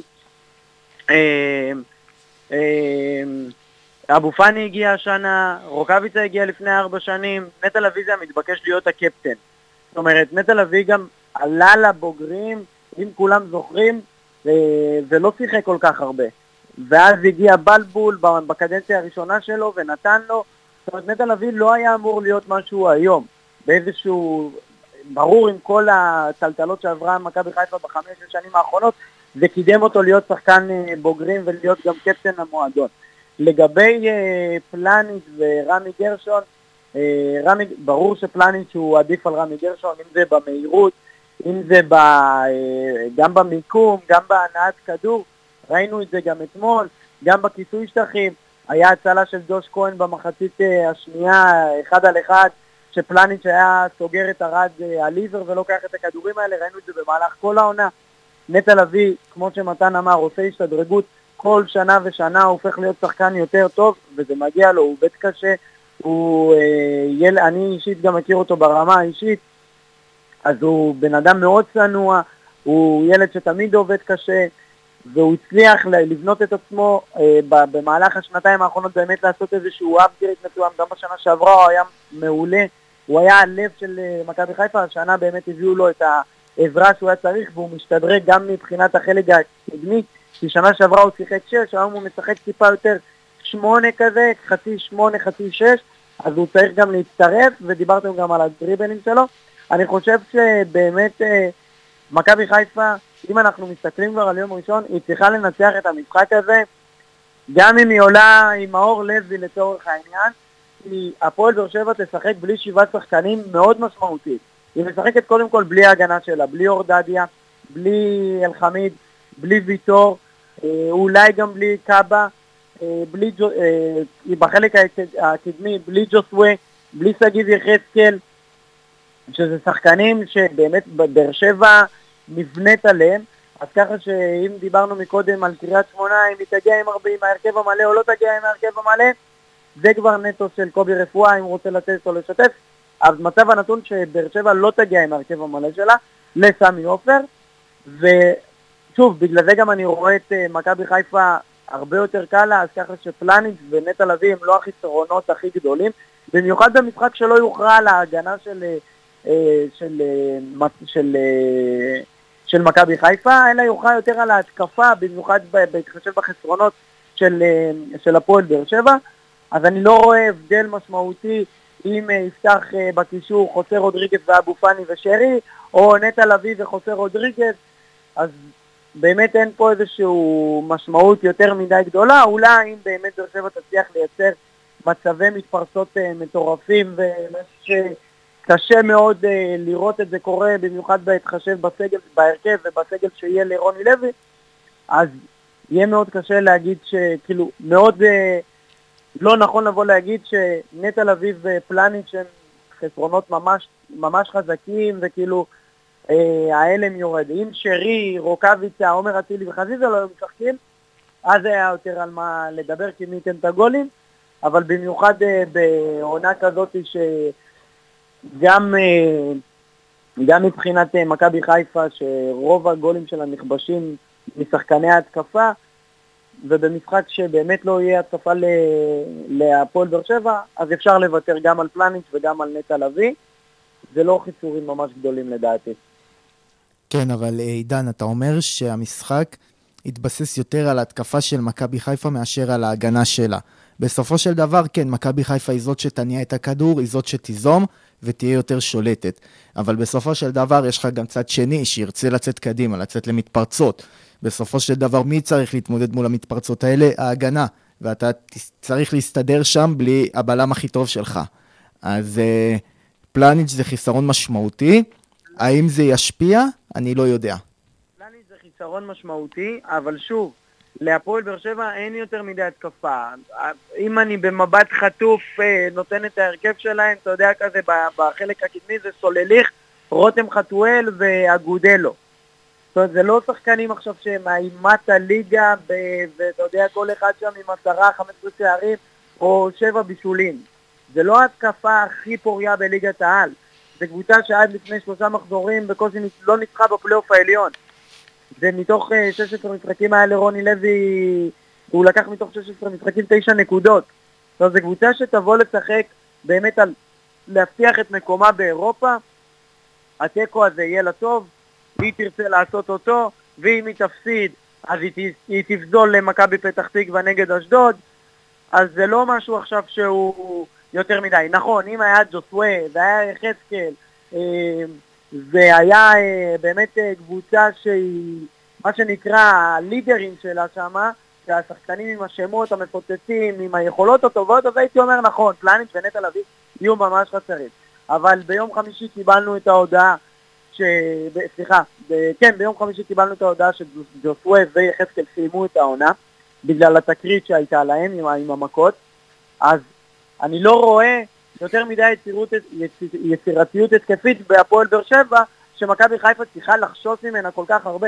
אבו פאני הגיע השנה, רוקאביצה הגיע לפני ארבע שנים, נטע לביא זה מתבקש להיות הקפטן. זאת אומרת, נטע לביא גם עלה לבוגרים, אם כולם זוכרים, ולא שיחק כל כך הרבה. ואז הגיע בלבול בקדנציה הראשונה שלו ונתן לו, זאת אומרת, נטע לביא לא היה אמור להיות משהו היום, באיזשהו, ברור עם כל הטלטלות שעברה מכבי חיפה בחמש שנים האחרונות, זה קידם אותו להיות שחקן בוגרים ולהיות גם קפטן המועדון. לגבי פלניץ' ורמי גרשון, רמי, ברור שפלניץ' הוא עדיף על רמי גרשון, אם זה במהירות, אם זה ב, גם במיקום, גם בהנעת כדור, ראינו את זה גם אתמול, גם בכיסוי שטחים, היה הצלה של דוש כהן במחצית השנייה, אחד על אחד, שפלניץ' היה סוגר את הרד על עיוור ולוקח את הכדורים האלה, ראינו את זה במהלך כל העונה. נטע לביא, כמו שמתן אמר, עושה השתדרגות כל שנה ושנה, הוא הופך להיות שחקן יותר טוב, וזה מגיע לו, הוא בית קשה, הוא, אה, יל... אני אישית גם מכיר אותו ברמה האישית, אז הוא בן אדם מאוד צנוע, הוא ילד שתמיד עובד קשה, והוא הצליח לבנות את עצמו אה, במהלך השנתיים האחרונות באמת לעשות איזשהו אפגרייד מסוים, גם בשנה שעברה הוא היה מעולה, הוא היה הלב של אה, מכבי חיפה, השנה באמת הביאו לו את העזרה שהוא היה צריך, והוא משתדרג גם מבחינת החלק הקדמי, כי שנה שעברה הוא שיחק שש, היום הוא משחק טיפה יותר שמונה כזה, חצי שמונה, חצי שש, אז הוא צריך גם להצטרף, ודיברתם גם על הדריבלים שלו. אני חושב שבאמת אה, מכבי חיפה, אם אנחנו מסתכלים כבר על יום ראשון, היא צריכה לנצח את המשחק הזה, גם אם היא עולה עם מאור לוי לצורך העניין, כי הפועל באר שבע תשחק בלי שבעה שחקנים מאוד משמעותית. היא משחקת קודם כל בלי ההגנה שלה, בלי אורדדיה, בלי אלחמיד, בלי ויטור, אה, אולי גם בלי קאבה, אה, בלי, אה, בחלק הקדמי, בלי ג'וסווה, בלי סגיב יחזקאל, שזה שחקנים שבאמת באר שבע נבנית עליהם, אז ככה שאם דיברנו מקודם על קריית שמונה, אם היא תגיע עם הרבה, עם ההרכב המלא או לא תגיע עם ההרכב המלא, זה כבר נטו של קובי רפואה, אם הוא רוצה לתת או לשתף, אז מצב הנתון שבאר שבע לא תגיע עם ההרכב המלא שלה, לסמי עופר, ושוב, בגלל זה גם אני רואה את uh, מכבי חיפה הרבה יותר קלה, אז ככה שפלניץ' ונטע לביא הם לא החיסרונות הכי גדולים, במיוחד במשחק שלא יוכרע על ההגנה של... Uh, של, uh, של, uh, של מכבי חיפה, אלא יוכל יותר על ההתקפה, במיוחד בהתחשב בחסרונות של, uh, של הפועל באר שבע, אז אני לא רואה הבדל משמעותי אם uh, יפתח uh, בקישור חוסר רודריגז ואבו פני ושרי, או נטע לביא וחוסר רודריגז, אז באמת אין פה איזשהו משמעות יותר מדי גדולה, אולי אם באמת באר שבע תצליח לייצר מצבי מתפרצות uh, מטורפים, ומה ש... קשה מאוד uh, לראות את זה קורה, במיוחד בהתחשב בסגל, בהרכב ובסגל שיהיה לרוני לוי, אז יהיה מאוד קשה להגיד שכאילו, מאוד uh, לא נכון לבוא להגיד שנטע לביא ופלניץ' הם חסרונות ממש, ממש חזקים, וכאילו uh, האלם יורד. אם שרי, רוקביצה, עומר אצילי וחזיזה לא היו משחקים, אז היה יותר על מה לדבר, כי מי ייתן את הגולים, אבל במיוחד uh, בעונה כזאת ש... גם, גם מבחינת מכבי חיפה, שרוב הגולים שלה נכבשים משחקני ההתקפה, ובמשחק שבאמת לא יהיה התקפה להפועל באר שבע, אז אפשר לוותר גם על פלניץ' וגם על נטע לביא. זה לא חיסורים ממש גדולים לדעתי. כן, אבל עידן, אתה אומר שהמשחק התבסס יותר על ההתקפה של מכבי חיפה מאשר על ההגנה שלה. בסופו של דבר, כן, מכבי חיפה היא זאת שתניע את הכדור, היא זאת שתיזום ותהיה יותר שולטת. אבל בסופו של דבר יש לך גם צד שני שירצה לצאת קדימה, לצאת למתפרצות. בסופו של דבר, מי צריך להתמודד מול המתפרצות האלה? ההגנה. ואתה צריך להסתדר שם בלי הבלם הכי טוב שלך. אז uh, פלניץ' זה חיסרון משמעותי. האם זה ישפיע? אני לא יודע. פלניץ' זה חיסרון משמעותי, אבל שוב, להפועל באר שבע אין יותר מדי התקפה. אם אני במבט חטוף נותן את ההרכב שלהם, אתה יודע כזה, בחלק הקדמי זה סולליך, רותם חתואל ואגודלו. זאת אומרת, זה לא שחקנים עכשיו שהם האימת הליגה, ואתה יודע, כל אחד שם עם עשרה, חמש עשרה שערים, או שבע בישולים. זה לא ההתקפה הכי פוריה בליגת העל. זה קבוצה שעד לפני שלושה מחזורים בקושי לא ניצחה בפלייאוף העליון. זה מתוך שש עשרה משחקים היה לרוני לוי, הוא לקח מתוך שש עשרה משחקים תשע נקודות. זאת אומרת, זו קבוצה שתבוא לשחק באמת על להבטיח את מקומה באירופה, התיקו הזה יהיה לה טוב, היא תרצה לעשות אותו, ואם היא תפסיד, אז היא, היא תפזול למכבי פתח תקווה נגד אשדוד, אז זה לא משהו עכשיו שהוא יותר מדי. נכון, אם היה ג'וסווה, והיה יחזקאל, והיה באמת קבוצה שהיא, מה שנקרא, הלידרים שלה שמה, שהשחקנים עם השמות המפוצצים, עם היכולות הטובות, אז הייתי אומר נכון, פלניץ' ונטע לביא יהיו ממש חסרים. אבל ביום חמישי קיבלנו את ההודעה, ש... סליחה, ב... כן, ביום חמישי קיבלנו את ההודעה שג'וסווה ויחזקאל סיימו את העונה, בגלל התקרית שהייתה להם עם, עם המכות, אז אני לא רואה יותר מדי יצירות, יצירתיות התקפית בהפועל באר שבע, שמכבי חיפה צריכה לחשוש ממנה כל כך הרבה.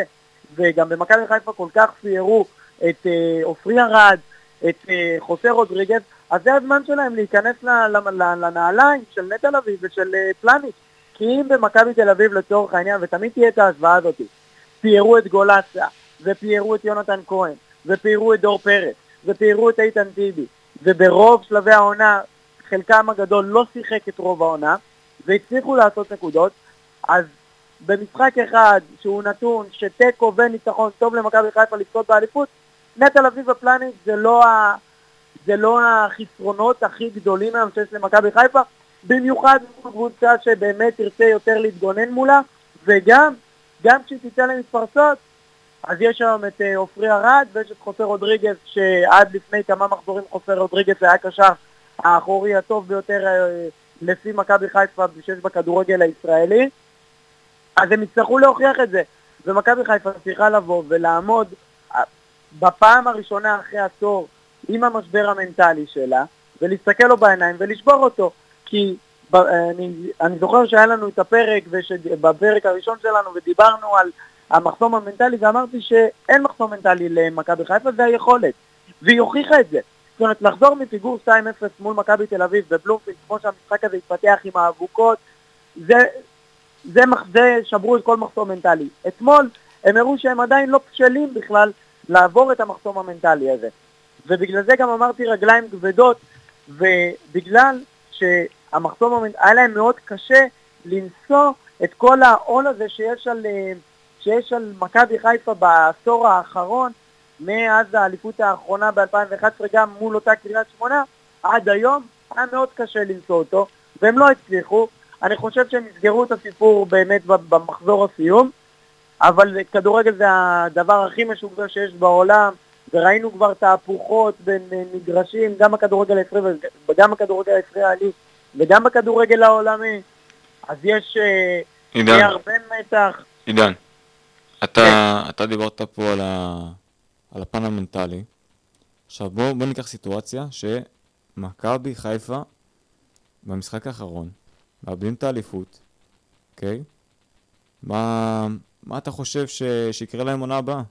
וגם במכבי חיפה כל כך פיירו את אופרי ארד, את חוסה רודריגז, אז זה הזמן שלהם להיכנס לנעליים של נטע לביא ושל פלניץ'. כי אם במכבי תל אביב לצורך העניין, ותמיד תהיה את ההשוואה הזאת, פיירו את גולסה, ופיירו את יונתן כהן, ופיירו את דור פרץ, ופיירו את איתן טיבי, וברוב שלבי העונה, חלקם הגדול לא שיחק את רוב העונה, והצליחו לעשות נקודות, אז במשחק אחד שהוא נתון שטקו וניצחון טוב למכבי חיפה לזכות באליפות, נטע לביא ופלניץ' זה לא ה... זה לא החסרונות הכי גדולים היום שיש למכבי חיפה, במיוחד קבוצה שבאמת תרצה יותר להתגונן מולה, וגם, גם כשהיא תצא למתפרצות, אז יש היום את אופרי ארד ויש את חוסה רודריגז, שעד לפני כמה מחזורים חוסה רודריגז היה קשר האחורי הטוב ביותר לפי מכבי חיפה שיש בכדורגל הישראלי, אז הם יצטרכו להוכיח את זה, ומכבי חיפה צריכה לבוא ולעמוד בפעם הראשונה אחרי עשור עם המשבר המנטלי שלה, ולהסתכל לו בעיניים ולשבור אותו, כי אני, אני זוכר שהיה לנו את הפרק, ובפרק הראשון שלנו ודיברנו על המחסום המנטלי, ואמרתי שאין מחסום מנטלי למכבי חיפה, זה היכולת, והיא הוכיחה את זה. זאת אומרת, לחזור מפיגור שתיים אפס מול מכבי תל אביב בבלומפילד, כמו שהמשחק הזה התפתח עם האבוקות, זה, זה, זה שברו את כל מחסום מנטלי. אתמול הם הראו שהם עדיין לא בשלים בכלל לעבור את המחסום המנטלי הזה. ובגלל זה גם אמרתי רגליים כבדות, ובגלל שהמחסום המנטלי, היה להם מאוד קשה לנסוע את כל העול הזה שיש על, שיש על מכבי חיפה בעשור האחרון, מאז האליפות האחרונה ב-אלפיים ואחת עשרה גם מול אותה קריית שמונה, עד היום היה מאוד קשה לנסוע אותו, והם לא הצליחו. אני חושב שהם יסגרו את הסיפור באמת במחזור הסיום, אבל כדורגל זה הדבר הכי משוגע שיש בעולם, וראינו כבר תהפוכות בין מגרשים, גם בכדורגל הישראלי וגם בכדורגל הישראלי וגם בכדורגל העולמי, אז יש עידן, הרבה מתח. עידן, אתה, אתה דיברת פה על, ה, על הפן המנטלי. עכשיו בוא, בוא ניקח סיטואציה שמכבי חיפה במשחק האחרון מאבדים את האליפות, אוקיי? מה, מה אתה חושב ש, שיקרה להם עונה הבאה?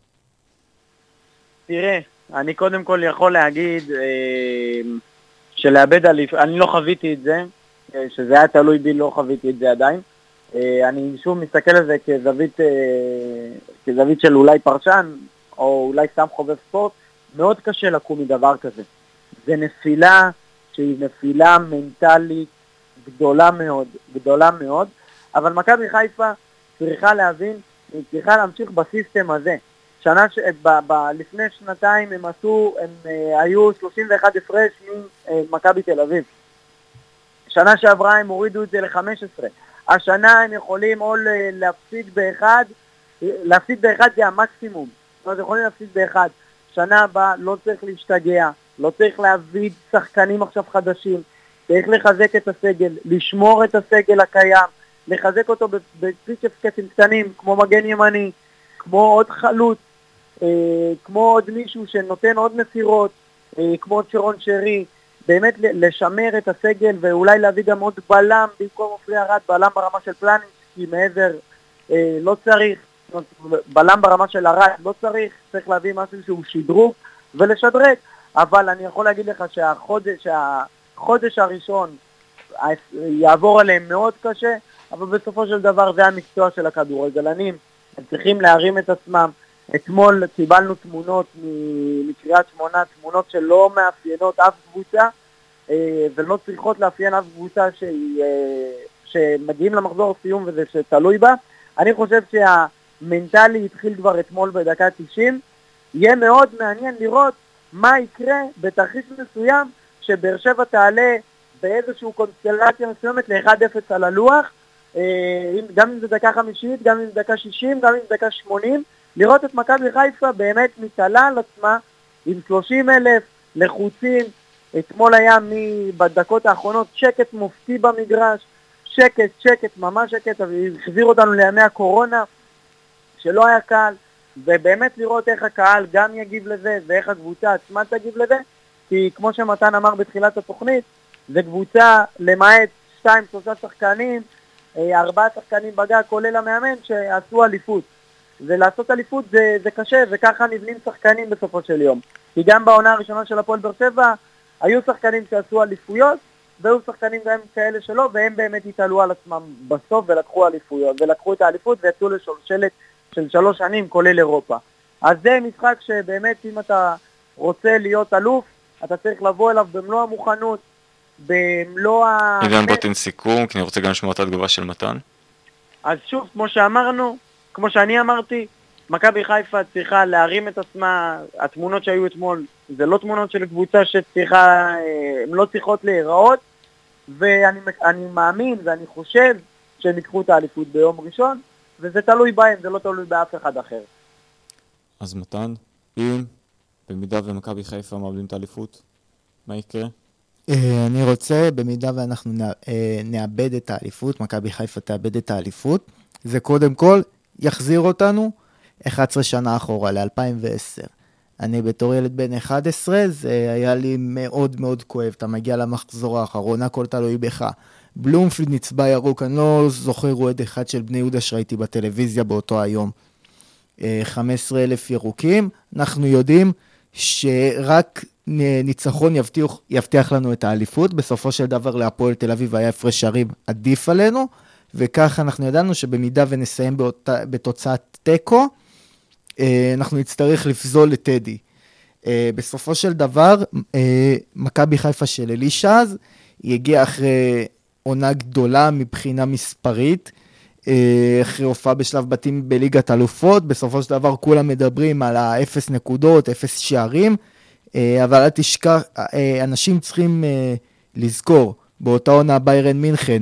תראה, אני קודם כל יכול להגיד אה, שלאבד אליפות, אני לא חוויתי את זה, אה, שזה היה תלוי בי, לא חוויתי את זה עדיין. אה, אני שוב מסתכל על זה כזווית, אה, כזווית של אולי פרשן, או אולי סתם חובב ספורט, מאוד קשה לקום מדבר כזה. זה נפילה שהיא נפילה מנטלית גדולה מאוד, גדולה מאוד, אבל מכבי חיפה צריכה להבין, היא צריכה להמשיך בסיסטם הזה. שנה ש... ב... ב... לפני שנתיים הם עשו, הם uh, היו שלושים ואחת הפרש ממכבי תל אביב. שנה שעברה הם הורידו את זה ל-חמש עשרה. השנה הם יכולים או להפסיד באחד, להפסיד באחד זה המקסימום. זאת אומרת, יכולים להפסיד באחד. שנה הבאה לא צריך להשתגע, לא צריך להביא שחקנים עכשיו חדשים, צריך לחזק את הסגל, לשמור את הסגל הקיים, לחזק אותו בפיצ'פ קטים קטנים, כמו מגן ימני, כמו עוד חלוץ, אה, כמו עוד מישהו שנותן עוד מסירות, אה, כמו עוד שרון שרי, באמת לשמר את הסגל ואולי להביא גם עוד בלם במקום אופרי ארד, בלם ברמה של פלניץ', כי מעבר אה, לא צריך, בלם ברמה של ארד לא צריך, צריך להביא משהו שהוא שדרוג ולשדרג, אבל אני יכול להגיד לך שהחודש, שהחודש הראשון יעבור עליהם מאוד קשה, אבל בסופו של דבר זה המקצוע של הכדורגלנים, הם צריכים להרים את עצמם. אתמול קיבלנו תמונות מקריית שמונה, תמונות שלא מאפיינות אף קבוצה, ולא צריכות לאפיין אף קבוצה שמגיעים למחזור סיום וזה שתלוי בה. אני חושב שהמנטלי התחיל כבר אתמול בדקה תשעים, יהיה מאוד מעניין לראות מה יקרה בתרחיש מסוים, שבאר שבע תעלה באיזושהי קונסטלציה מסוימת ל-אחד אפס על הלוח, גם אם זה דקה חמישית, גם אם זה דקה שישים, גם אם זה דקה שמונים, לראות את מכבי חיפה באמת מתעלה על עצמה עם שלושים אלף לחוצים. אתמול היה בדקות האחרונות שקט מופתי במגרש, שקט, שקט, ממש שקט, החזיר אותנו לימי הקורונה שלא היה קהל, ובאמת לראות איך הקהל גם יגיב לזה ואיך הקבוצה עצמה תגיב לזה, כי כמו שמתן אמר בתחילת התוכנית, זה קבוצה למעט שתיים, שלושה שחקנים, ארבעה שחקנים בגג, כולל המאמן, שעשו אליפות. ולעשות אליפות זה, זה קשה, וככה נבנים שחקנים בסופו של יום. כי גם בעונה הראשונה של הפועל באר שבע, היו שחקנים שעשו אליפויות, והיו שחקנים גם כאלה שלא, והם באמת התעלו על עצמם בסוף ולקחו אליפויות, ולקחו את האליפות ויצאו לשלשלת של שלוש שנים, כולל אירופה. אז זה משחק שבאמת אם אתה רוצה להיות אלוף, אתה צריך לבוא אליו במלוא המוכנות, במלוא ה... עידן, בוא תן סיכום, כי אני רוצה גם לשמוע את התגובה של מתן. אז שוב, כמו שאמרנו, כמו שאני אמרתי, מכבי חיפה צריכה להרים את עצמה, התמונות שהיו אתמול, זה לא תמונות של קבוצה שצריכה, הן לא צריכות להיראות, ואני אני מאמין ואני חושב שהם ייקחו את האליפות ביום ראשון, וזה תלוי בהם, זה לא תלוי באף אחד אחר. אז מתן, אם במידה ומכבי חיפה מאבדים את האליפות, מה יקרה? אני רוצה, במידה ואנחנו נאבד את האליפות, מכבי חיפה תאבד את האליפות, זה קודם כל יחזיר אותנו אחת עשרה שנה אחורה, ל-אלפיים ועשר. אני בתור ילד בן אחת עשרה, זה היה לי מאוד מאוד כואב. אתה מגיע למחזור האחרון, הכל תלוי בך. בלומפילד נצבע ירוק, אני לא זוכר רועד אחד של בני יהודה שראיתי בטלוויזיה באותו היום. חמישה עשר אלף ירוקים, אנחנו יודעים שרק ניצחון יבטיח, יבטיח לנו את האליפות. בסופו של דבר להפועל תל אביב היה הפרש שערים עדיף עלינו, וכך אנחנו ידענו שבמידה ונסיים באותה, בתוצאת טקו, אנחנו נצטרך לפזול לטדי. בסופו של דבר, מכבי חיפה של אלישע אז, היא הגיעה אחרי עונה גדולה מבחינה מספרית, אחרי הופעה בשלב בתים בליגת אלופות, בסופו של דבר כולם מדברים על האפס נקודות, אפס שערים, אבל אל תשכח, אנשים צריכים לזכור, באותה עונה ביירן מינכן,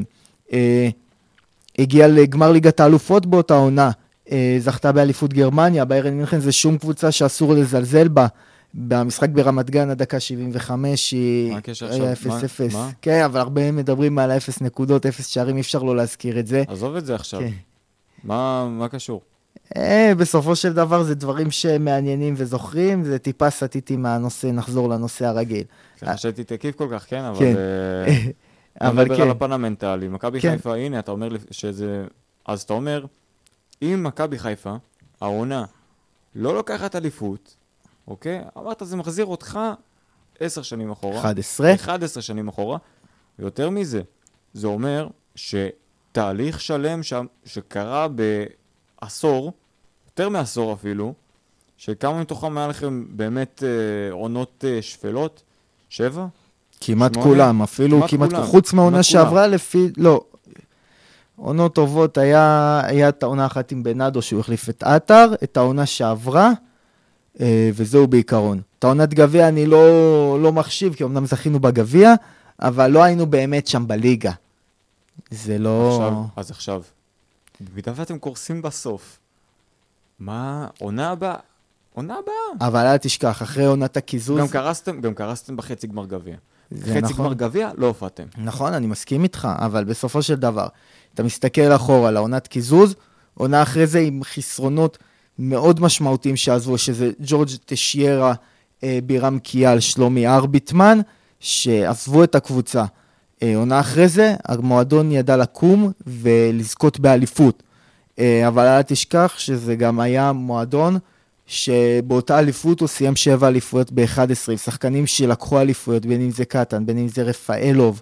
הגיעה לגמר ליגת האלופות באותה עונה, זכתה באליפות גרמניה, ביירן מינכן זה שום קבוצה שאסור לזלזל בה, במשחק ברמת גן הדקה שבעים וחמש היא היה אפס אפס. כן, אבל הרבה מדברים על האפס נקודות, אפס שערים, אי אפשר לא להזכיר את זה. עזוב את זה עכשיו. מה, מה קשור? בסופו של דבר זה דברים שמעניינים וזוכרים, זה טיפה סטיתי מהנושא, נחזור לנושא הרגיל. סליחה שהייתי תקיף כל כך, כן, אבל... אבל כן. נדבר על הפן המנטלי. מכבי חיפה, הנה, אתה אומר שזה... אז אתה אומר, אם מכבי חיפה, העונה, לא לוקחת אליפות, אוקיי? אמרת, זה מחזיר אותך עשר שנים אחורה. אחת עשרה. אחת עשרה שנים אחורה. ויותר מזה, זה אומר שתהליך שלם שם, שקרה בעשור, יותר מעשור אפילו, שכמה מתוכם היה לכם באמת אה, עונות אה, שפלות? שבע? כמעט שמונה? כולם, אפילו כמעט, כמעט כולם. חוץ מהעונה שעברה לפי... לא. עונות טובות, היה, היה את העונה אחת עם בנאדו שהוא החליף את אתר, את העונה שעברה, וזהו בעיקרון. את העונת גביע אני לא, לא מחשיב, כי אמנם זכינו בגביע, אבל לא היינו באמת שם בליגה. זה לא... עכשיו, אז עכשיו, במידה ואתם קורסים בסוף, מה, עונה הבאה? עונה הבאה. אבל אל תשכח, אחרי עונת הקיזוז... גם קרסתם, גם קרסתם בחצי גמר גביע. חצי נכון. גמר גביע, לא הופעתם. נכון, אני מסכים איתך, אבל בסופו של דבר, אתה מסתכל אחורה לעונת קיזוז, עונה אחרי זה עם חסרונות מאוד משמעותיים שעזבו, שזה ג'ורג' טשיירה, בירם קיאל, שלומי ארביטמן, שעזבו את הקבוצה. עונה אחרי זה, המועדון ידע לקום ולזכות באליפות. אבל אל תשכח שזה גם היה מועדון שבאותה אליפות הוא סיים שבע אליפויות ב-אחת עשרה, שחקנים שלקחו אליפויות, בין אם זה קטן, בין אם זה רפאלוב,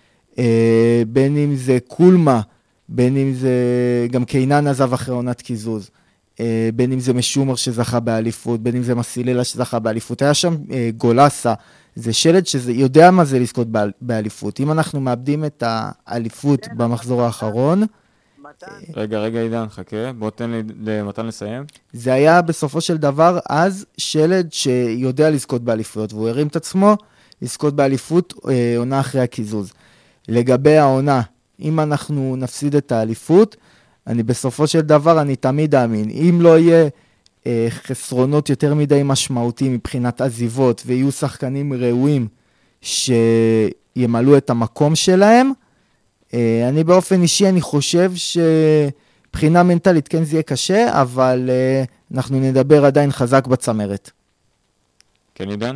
בין אם זה קולמה, בין אם זה גם קיינן עזב אחרי עונת קיזוז, בין אם זה משומר שזכה באליפות, בין אם זה מסיללה שזכה באליפות, היה שם גולסה, זה שלד שיודע מה זה לזכות באליפות. אם אנחנו מאבדים את האליפות במחזור האחרון, רגע, רגע, עידן, חכה, בוא תן לי למתן לסיים. זה היה בסופו של דבר אז שלד שיודע לזכות באליפויות, והוא הרים את עצמו לזכות באליפות עונה אחרי הקיזוז. לגבי העונה, אם אנחנו נפסיד את האליפות, אני בסופו של דבר, אני תמיד אאמין, אם לא יהיה אה, חסרונות יותר מדי משמעותיים מבחינת עזיבות, ויהיו שחקנים ראויים שימלאו את המקום שלהם, אה, אני באופן אישי, אני חושב שבחינה מנטלית כן זה יהיה קשה, אבל אה, אנחנו נדבר עדיין חזק בצמרת. כן, עידן?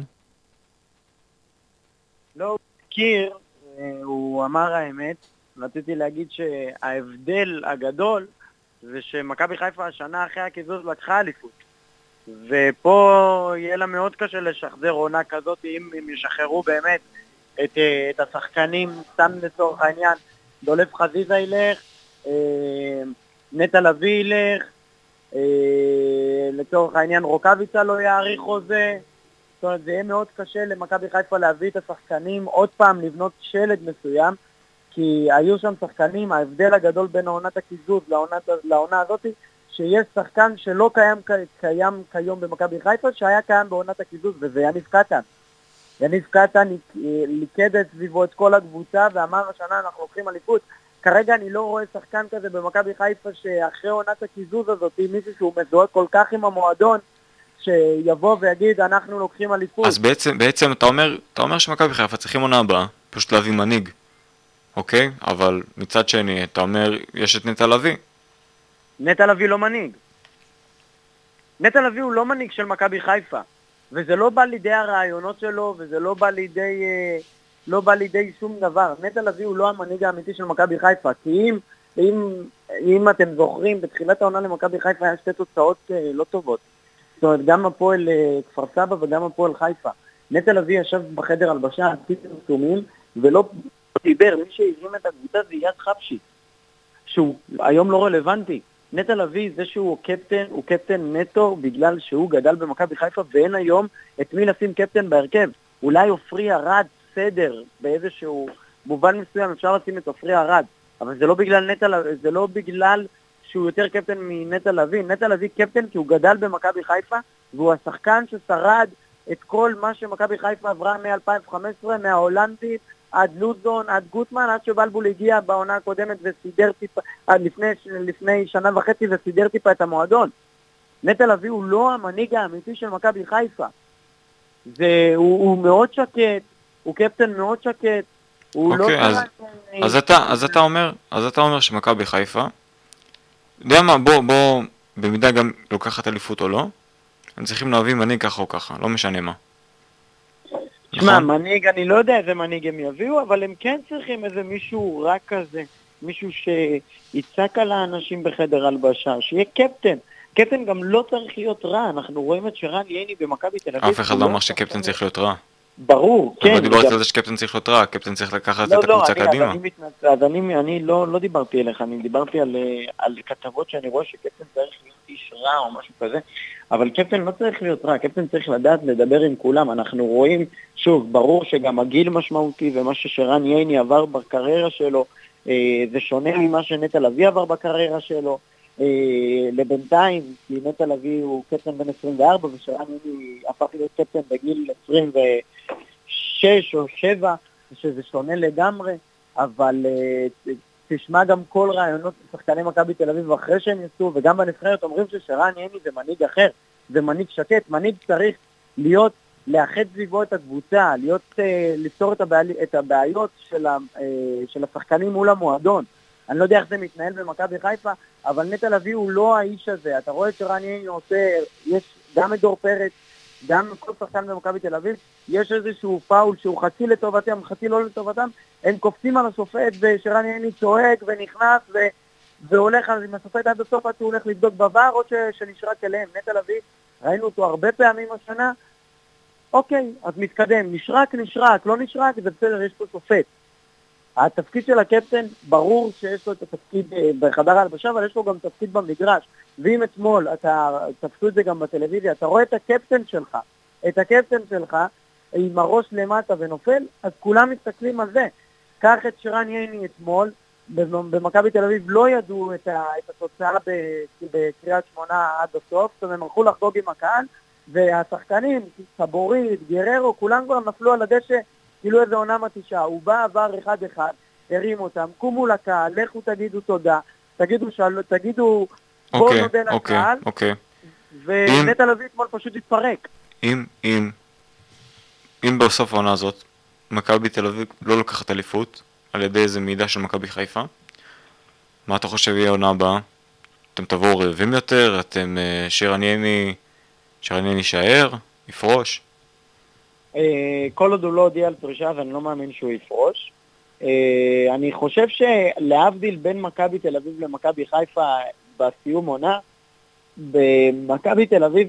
לא, קיר, הוא אמר האמת, רציתי להגיד שההבדל הגדול זה שמכבי חיפה השנה אחרי הקיזוז לקחה אליפות. ופה יהיה לה מאוד קשה לשחזר עונה כזאת, אם הם ישחררו באמת את, את השחקנים, סתם לצורך העניין, דולף חזיזה ילך, נטע לביא ילך, לצורך העניין רוקביצה לא יאריך חוזה. זאת אומרת, זה יהיה מאוד קשה למכבי חיפה להביא את השחקנים, עוד פעם לבנות שלד מסוים, כי היו שם שחקנים, ההבדל הגדול בין העונת הקיזוז לעונה, לעונה הזאת, שיש שחקן שלא קיים, קיים כיום במכבי חיפה, שהיה קיים בעונת הקיזוז, וזה יניב קטן. יניב קטן ליקד את סביבו את כל הקבוצה, ואמר השנה אנחנו לוקחים אליפות. כרגע אני לא רואה שחקן כזה במכבי חיפה, שאחרי עונת הקיזוז הזאת, מישהו שהוא מזוהה כל כך עם המועדון, שיבוא ויגיד אנחנו לוקחים אליפות. אז בעצם, בעצם אתה אומר, אתה אומר שמכבי חיפה צריכים עונה הבאה, פשוט להביא מנהיג. אוקיי? אבל מצד שני, אתה אומר, יש את נטע לביא. נטע לביא לא מנהיג. נטע לביא הוא לא מנהיג של מכבי חיפה. וזה לא בא לידי הרעיונות שלו, וזה לא בא לידי, לא בא לידי שום דבר. נטע לביא הוא לא המנהיג האמיתי של מכבי חיפה. כי אם, אם, אם אתם זוכרים, בתחילת העונה למכבי חיפה היה שתי תוצאות לא טובות. זאת אומרת, גם הפועל כפר סבא וגם הפועל חיפה. נטע לביא ישב בחדר הלבשה, עשיתי פרסומים, ולא דיבר. מי שהזרים את הקבוצה זה יד חפשי, שהוא היום לא רלוונטי. נטע לביא, זה שהוא קפטן, הוא קפטן נטו בגלל שהוא גדל במכבי חיפה, ואין היום את מי לשים קפטן בהרכב. אולי עופרי ארד, סדר, באיזשהו מובן מסוים אפשר לשים את עופרי ארד, אבל זה לא בגלל נטע, זה לא בגלל שהוא יותר קפטן מנטע לביא. נטע לביא קפטן כי הוא גדל במכבי חיפה, והוא השחקן ששרד את כל מה שמכבי חיפה עברה מ-אלפיים וחמש עשרה, מההולנדית, עד לוזון, עד גוטמן, עד שבלבול הגיע בעונה הקודמת וסידר טיפה, עד לפני, לפני שנה וחצי וסידר טיפה את המועדון. נטע לביא הוא לא המנהיג האמיתי של מכבי חיפה. זה, הוא, הוא מאוד שקט, הוא קפטן מאוד שקט, הוא אוקיי, לא... אז, אז, אתה, אז אתה אומר, אז אתה אומר שמכבי חיפה, יודע מה, בוא, בוא, במידה גם לוקחת אליפות או לא, הם צריכים להביא מנהיג ככה או ככה, לא משנה מה. תשמע, מנהיג, אני לא יודע איזה מנהיג הם יביאו, אבל הם כן צריכים איזה מישהו רע כזה, מישהו שיצק על האנשים בחדר הלבשה, שיהיה קפטן. קפטן גם לא צריך להיות רע, אנחנו רואים את שרן ייני במכבי תל אביב. אף אחד לא אמר שקפטן צריך להיות רע. ברור, כן. אבל דיברתי על זה שקפטן צריך להיות רע, קפטן צריך לקחת את הקבוצה קדימה. אז אני לא דיברתי אליך, אני דיברתי על כתבות שאני רואה שקפטן צריך להיות איש רע או משהו כזה, אבל קפטן לא צריך להיות רע, קפטן צריך לדעת לדבר עם כולם. אנחנו רואים, שוב, ברור שגם הגיל משמעותי, ומה ששרן ייני עבר בקריירה שלו, זה שונה ממה שנטע לביא עבר בקריירה שלו, לבינתיים, כי נטע לביא הוא קפטן בן עשרים וארבע, ושרן ייני הפך להיות קפטן בגיל עשרים ושש או שבע, שזה שונה לגמרי, אבל תשמע גם כל רעיונות שחקני מכבי תל אביב אחרי שהם יצאו, וגם בנבחרת אומרים ששרן ייני זה מנהיג אחר, זה מנהיג שקט. מנהיג צריך להיות, לאחד סביבו את הקבוצה, להיות, לפתור את, הבעל, את הבעיות של, ה, של השחקנים מול המועדון. אני לא יודע איך זה מתנהל במכבי חיפה, אבל נטע לביא הוא לא האיש הזה. אתה רואה שרן ייני עושה, יש גם את דור פרץ, גם כל שחקן במכבי תל אביב, יש איזשהו פאול שהוא חצי לטובתם, חצי לא לטובתם, הם קופצים על השופט, ושרן ייני צועק ונכנס, ו... והולך עם השופט עד הסוף, עד שהוא הולך לבדוק בבר, או ש... שנשרק אליהם. נטע לביא, ראינו אותו הרבה פעמים השנה, אוקיי, אז מתקדם, נשרק, נשרק, לא נשרק, זה בסדר, יש פה שופט. התפקיד של הקפטן, ברור שיש לו את התפקיד בחדר ההלבשה, אבל יש לו גם תפקיד במגרש. ואם אתמול, אתה תפסו את זה גם בטלוויזיה, אתה רואה את הקפטן שלך, את הקפטן שלך, עם הראש למטה ונופל, אז כולם מסתכלים על זה. קח את שרן ייני אתמול, במכבי תל אביב לא ידעו את, ה, את התוצאה בקריית שמונה עד הסוף, זאת אומרת, הם הלכו לחגוג עם הקהל, והשחקנים, סבורית, גררו, כולם כבר נפלו על הדשא, כאילו איזה עונה מתישה. הוא בא, עבר אחד אחד, הרים אותם, קומו לקהל, לכו תגידו תודה, תגידו, של... תגידו בואו okay, נודה okay, לקהל, okay. ונטע לביא אתמול פשוט התפרק. אם, אם, אם בסוף העונה הזאת, מכבי תל אביב לא לוקחת אליפות, על ידי איזה מידע של מכבי חיפה, מה אתה חושב יהיה העונה הבאה? אתם תבואו רעבים יותר? אתם שרן ייני, שרן ייני יישאר? יפרוש? כל עוד הוא לא הודיע על פרישה, אז אני לא מאמין שהוא יפרוש. אני חושב שלהבדיל בין מכבי תל אביב למכבי חיפה, בסיום עונה. במכבי תל אביב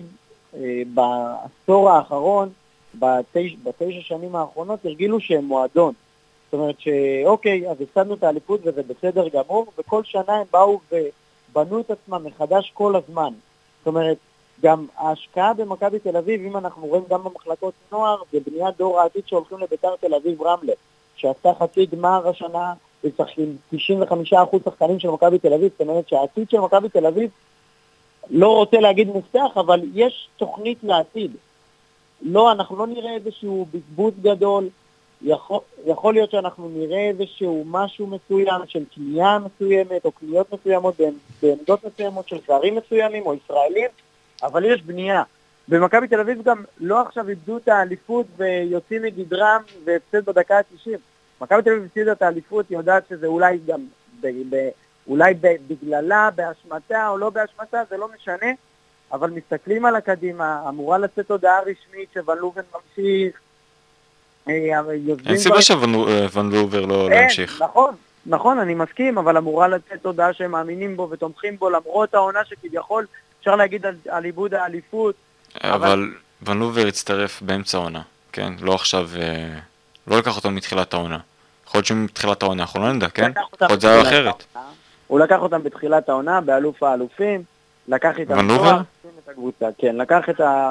בעשור האחרון, בתש, בתשע שנים האחרונות, הרגילו שהם מועדון. זאת אומרת שאוקיי, אז הפסדנו את האליפות וזה בסדר גמור, וכל שנה הם באו ובנו את עצמם מחדש כל הזמן. זאת אומרת, גם ההשקעה במכבי תל אביב, אם אנחנו רואים גם במחלקות נוער, זה בניית דור העתיד שהולכים לביתר תל אביב רמלה, שעשתה חצי גמר השנה, ושחקים תשעים וחמישה אחוז שחקנים של מכבי תל אביב, זאת אומרת שהעתיד של מכבי תל אביב, לא רוצה להגיד מובטח, אבל יש תוכנית לעתיד. לא, אנחנו לא נראה איזשהו בזבוז גדול, יכול, יכול להיות שאנחנו נראה איזשהו משהו מסוים של קנייה מסוימת, או קניות מסוימות בעמדות מסוימות של זרים מסוימים או ישראלים, אבל יש בנייה. במכבי תל אביב גם לא עכשיו איבדו את האליפות ויוצאים מגדרם והפסד בדקה ה-תשעים. מכבי תל אביב הפסידה את האליפות, היא יודעת שזה אולי גם, ב, ב, אולי בגללה, באשמתה או לא באשמתה, זה לא משנה, אבל מסתכלים על הקדימה, אמורה לצאת הודעה רשמית שוון לובן ממשיך. אין סיבה שוון לובר לא להמשיך. נכון, נכון, אני מסכים, אבל אמורה לצאת הודעה שהם מאמינים בו ותומכים בו, למרות העונה שכביכול אפשר להגיד על, על איבוד האליפות. אבל, אבל... ון לובר הצטרף באמצע העונה, כן? לא עכשיו, לא לקח אותם מתחילת העונה. יכול להיות שמתחילת העונה, אנחנו לא נדע, כן? יכול להיות זה היה אחרת. הוא לקח אותם בתחילת העונה, באלוף האלופים, לקח איתם... ון לובר? כן, לקח את ה...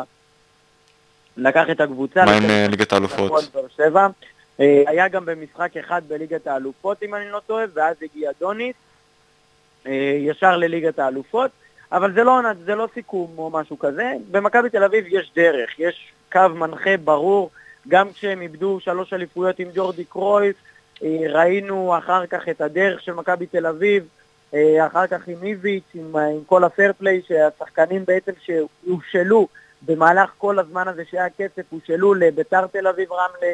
לקח את הקבוצה... מה עם ליגת האלופות? היה גם במשחק אחד בליגת האלופות, אם אני לא טועה, ואז הגיע דוניס, ישר לליגת האלופות, אבל זה לא, זה לא סיכום או משהו כזה. במכבי תל אביב יש דרך, יש קו מנחה ברור, גם כשהם איבדו שלוש אליפויות עם ג'ורדי קרויף, ראינו אחר כך את הדרך של מכבי תל אביב, אחר כך עם איביץ', עם, עם כל הפרפליי, שהשחקנים בעצם שהושלו במהלך כל הזמן הזה שהיה כסף, הושלו לביתר תל אביב רמלה,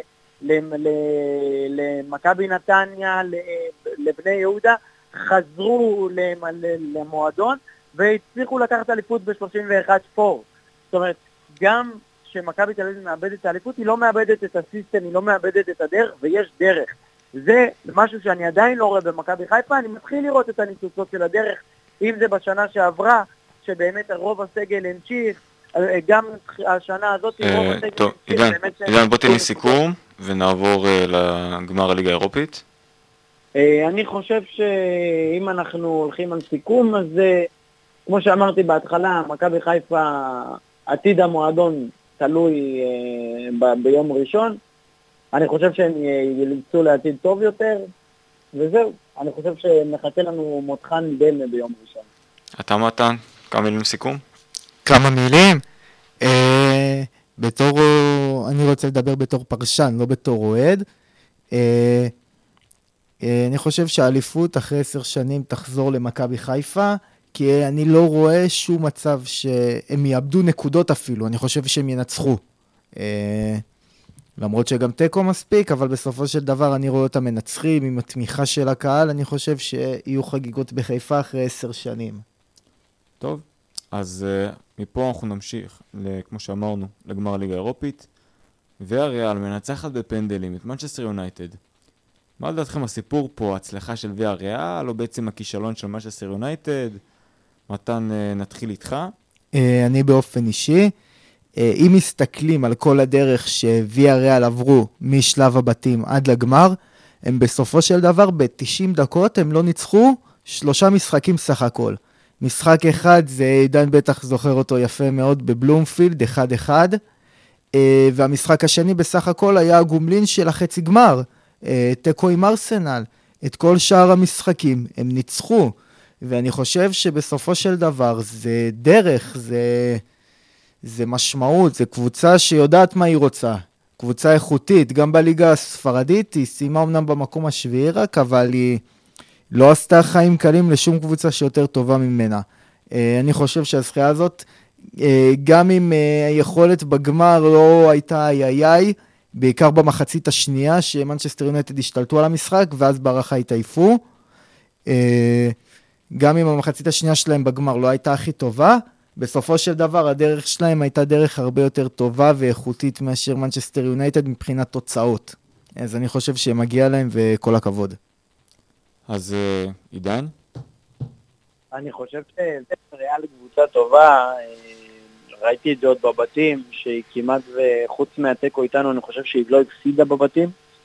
למכבי נתניה, לבני יהודה, חזרו למועדון, והצליחו לקחת אליפות ב-שלושים ואחת ספורט. זאת אומרת, גם שמכבי תל אביב מאבדת את האליפות, היא לא מאבדת את הסיסטם, היא לא מאבדת את הדרך, ויש דרך. זה משהו שאני עדיין לא רואה במכבי חיפה, אני מתחיל לראות את הניצוצות של הדרך, אם זה בשנה שעברה, שבאמת רוב הסגל המשיך, גם השנה הזאת רוב הסגל המשיך. טוב, עידן, בוא תן לי סיכום, ונעבור לגמר הליגה האירופית. אני חושב שאם אנחנו הולכים על סיכום, אז כמו שאמרתי בהתחלה, מכבי חיפה, עתיד המועדון תלוי ביום ראשון. אני חושב שהם ילצאו לעתיד טוב יותר, וזהו. אני חושב שמחכה לנו מותחן דמה ביום ראשון. אתה מתן, כמה מילים סיכום? כמה מילים? אה, בתור, אני רוצה לדבר בתור פרשן, לא בתור אוהד. אה, אה, אני חושב שהאליפות אחרי עשר שנים תחזור למכבי חיפה, כי אני לא רואה שום מצב שהם יאבדו נקודות אפילו, אני חושב שהם ינצחו. אה, למרות שגם טקו מספיק, אבל בסופו של דבר אני רואה אותם מנצחים עם התמיכה של הקהל, אני חושב שיהיו חגיגות בחיפה אחרי עשר שנים. טוב, אז uh, מפה אנחנו נמשיך, כמו שאמרנו, לגמר הליגה האירופית, והריאל מנצחת בפנדלים את מנצ'סטר יונייטד. מה לדעתכם הסיפור פה, הצלחה של והריאל, או בעצם הכישלון של מנצ'סטר יונייטד? מתן, uh, נתחיל איתך. Uh, אני באופן אישי, uh, אם מסתכלים על כל הדרך שוויאריאל עברו משלב הבתים עד לגמר, הם בסופו של דבר ב-תשעים דקות הם לא ניצחו שלושה משחקים סך הכל. משחק אחד, זה עידן בטח זוכר אותו יפה מאוד בבלומפילד, אחד אחד, והמשחק השני בסך הכל היה הגומלין של החצי גמר, תיקו עם ארסנל. את כל שאר המשחקים הם ניצחו, ואני חושב שבסופו של דבר זה דרך, זה, זה משמעות, זה קבוצה שיודעת מה היא רוצה, קבוצה איכותית, גם בליגה הספרדית, היא סיימה אמנם במקום השביעי רק, אבל היא לא עשתה חיים קלים לשום קבוצה שיותר טובה ממנה. אני חושב שהזכייה הזאת, גם אם היכולת בגמר לא הייתה איי איי, בעיקר במחצית השנייה, שמנצ'סטר יונייטד השתלטו על המשחק, ואז בערכה התעייפו. גם אם המחצית השנייה שלהם בגמר לא הייתה הכי טובה, בסופו של דבר הדרך שלהם הייתה דרך הרבה יותר טובה ואיכותית מאשר מנצ'סטר יונייטד מבחינת תוצאות. אז אני חושב שמגיע להם וכל הכבוד. אז עידן? אני חושב שריאל קבוצה טובה, ראיתי את זה עוד בבתים, שהיא כמעט וחוץ מהטקו איתנו, אני חושב שהיא לא הפסידה בבתים,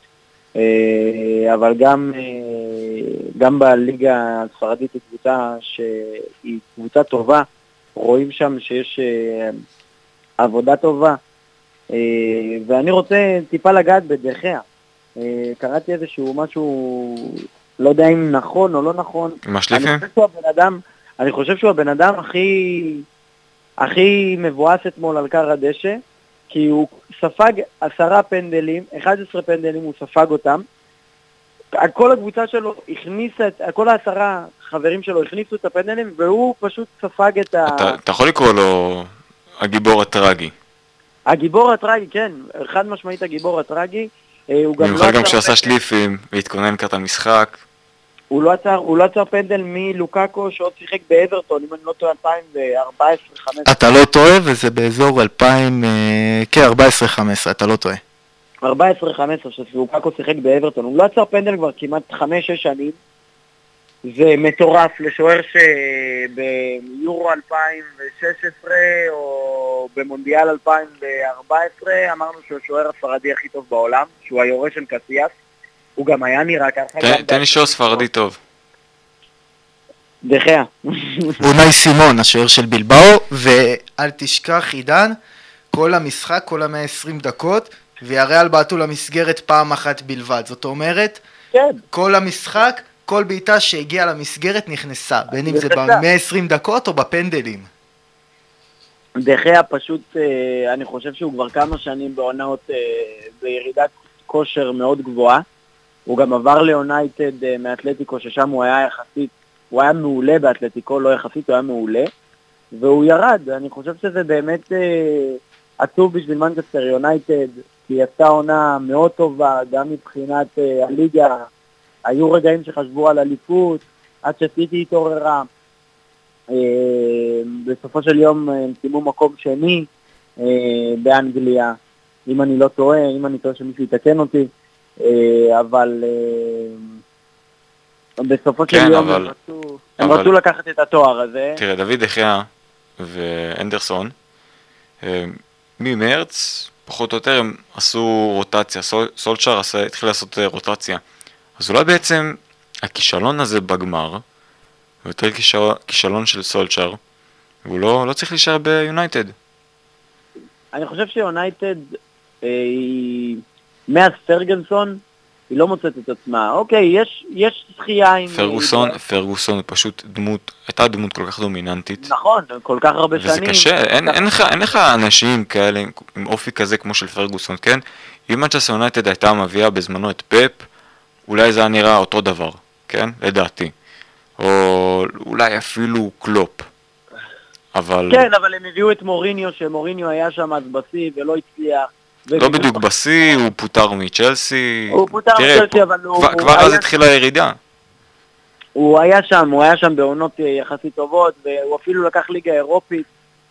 אבל גם, גם בליגה הספרדית היא קבוצה שהיא קבוצה טובה, רואים שם שיש עבודה טובה, ואני רוצה טיפה לגעת בדחיה. קראתי איזשהו משהו, לא יודע אם נכון או לא נכון. מה שליפים? אני חושב שהוא הבן אדם, אני חושב שהוא הבן אדם הכי, הכי מבואס אתמול על קר הדשא, כי הוא ספג עשרה פנדלים, אחד עשר פנדלים הוא ספג אותם, כל הקבוצה שלו הכניסה, כל העשרה חברים שלו הכניסו את הפנדלים, והוא פשוט ספג את ה... אתה, אתה יכול לקרוא לו הגיבור הטרגי. הגיבור הטרגי, כן, חד משמעית הגיבור הטרגי. במיוחד גם כשהוא עשה שליפים והתכונן קראת המשחק. הוא לא עצר, הוא לא עצר פנדל מלוקאקו שעוד שיחק באברטון, אם אני לא טועה אלפיים וארבע עשרה חמש עשרה. אתה לא טועה, וזה באזור אלפיים, כן, ארבע עשרה חמש עשרה, אתה לא טועה. ארבע עשרה חמש עשרה שלוקאקו שיחק באברטון, הוא לא עצר פנדל כבר כמעט חמש שש שנים. זה מטורף לשוער שביורו אלפיים ושש עשרה או במונדיאל אלפיים וארבע עשרה אמרנו שהוא השוער הספרדי הכי טוב בעולם, שהוא היורש של קסיאס, הוא גם היה נראה ככה. תן לי שוער ספרדי טוב. דחיה. אונאי סימון, השוער של בלבאו, ואל תשכח עידן, כל המשחק, כל ה-מאה ועשרים דקות, והריאל בעטו למסגרת פעם אחת בלבד, זאת אומרת, כן. כל המשחק, כל בעיטה שהגיעה למסגרת נכנסה, בין אם זה ב-מאה ועשרים דקות או בפנדלים. דחיה פשוט, אני חושב שהוא כבר כמה שנים בעונות בירידת כושר מאוד גבוהה, הוא גם עבר ליונייטד מאתלטיקו, ששם הוא היה יחסית, הוא היה מעולה באתלטיקו, לא יחסית, הוא היה מעולה, והוא ירד. אני חושב שזה באמת עצוב בשביל מנצ'סטר יונייטד, כי היא עשתה עונה מאוד טובה, גם מבחינת הליגה, היו רגעים שחשבו על אליפות, עד שסיטי התעוררה, בסופו של יום הם סיימו מקום שני באנגליה, אם אני לא טועה, אם אני טועה שמישהו יתקן אותי, אבל בסופו של יום הם רצו, הם רצו לקחת את התואר הזה. תראה, דוד דחיה ואנדרסון, ממרץ, פחות או יותר, הם עשו רוטציה, סולצ'ר התחיל לעשות רוטציה. אז אולי בעצם הכישלון הזה בגמר, הוא יותר כישלון של סולצ'ר, והוא לא, לא צריך להישאר ביונייטד. אני חושב שיונייטד, היא, מאז פרגנסון, היא לא מוצאת את עצמה. אוקיי, יש, יש זכייה עם... פרגוסון, פרגוסון פשוט דמות, הייתה דמות כל כך דומיננטית. נכון, כל כך הרבה וזה שנים. וזה קשה, אין, אין, לך, אין לך אנשים כאלה עם אופי כזה כמו של פרגוסון, כן? אם מנצ'סטר יונייטד הייתה מביאה בזמנו את פפ, אולי זה היה נראה אותו דבר, כן? לדעתי. או אולי אפילו קלופ. אבל... כן, אבל הם הביאו את מוריניו, שמוריניו היה שם אז בשיא ולא הצליח. לא בדיוק בשיא, הוא פוטר מצ'לסי. הוא פוטר מצ'לסי, אבל הוא... כבר, כבר אז התחילה הירידה. הוא היה שם, הוא היה שם בעונות יחסית טובות, והוא אפילו לקח ליגה אירופית.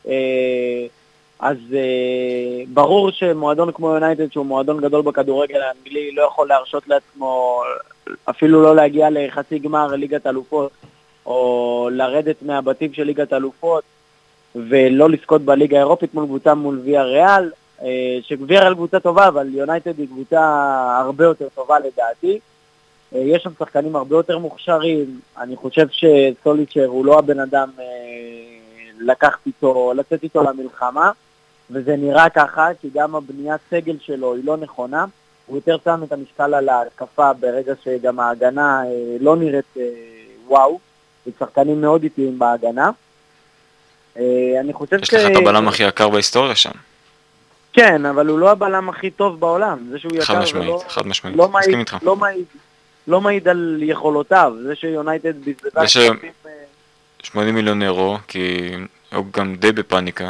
אז ברור שמועדון כמו יונייטד, שהוא מועדון גדול בכדורגל האנגלי, לא יכול להרשות לעצמו, אפילו לא להגיע לחצי גמר ליגת אלופות, או לרדת מהבתים של ליגת אלופות, ולא לזכות בליגה האירופית מול קבוצה מול ויה ריאל, שוויה ריאל קבוצה טובה, אבל יונייטד היא קבוצה הרבה יותר טובה לדעתי. יש שם שחקנים הרבה יותר מוכשרים, אני חושב שסוליצ'ר הוא לא הבן אדם לקחת איתו, לצאת איתו למלחמה, וזה נראה ככה, כי גם הבניית סגל שלו היא לא נכונה, הוא יותר שם את המשקל על ההתקפה ברגע שגם ההגנה לא נראית וואו, ושחקנים מאוד איטיים בהגנה. אני חושב יש לך את הבלם הכי יקר בהיסטוריה שם. כן, אבל הוא לא הבלם הכי טוב בעולם, זה שהוא יקר חד משמעית, חד משמעית, מסכים איתך. לא מעיד, לא מעיד על יכולותיו, זה שיונייטד בזבזה ש... שמונים מיליון אירו, כי הוא גם די בפאניקה.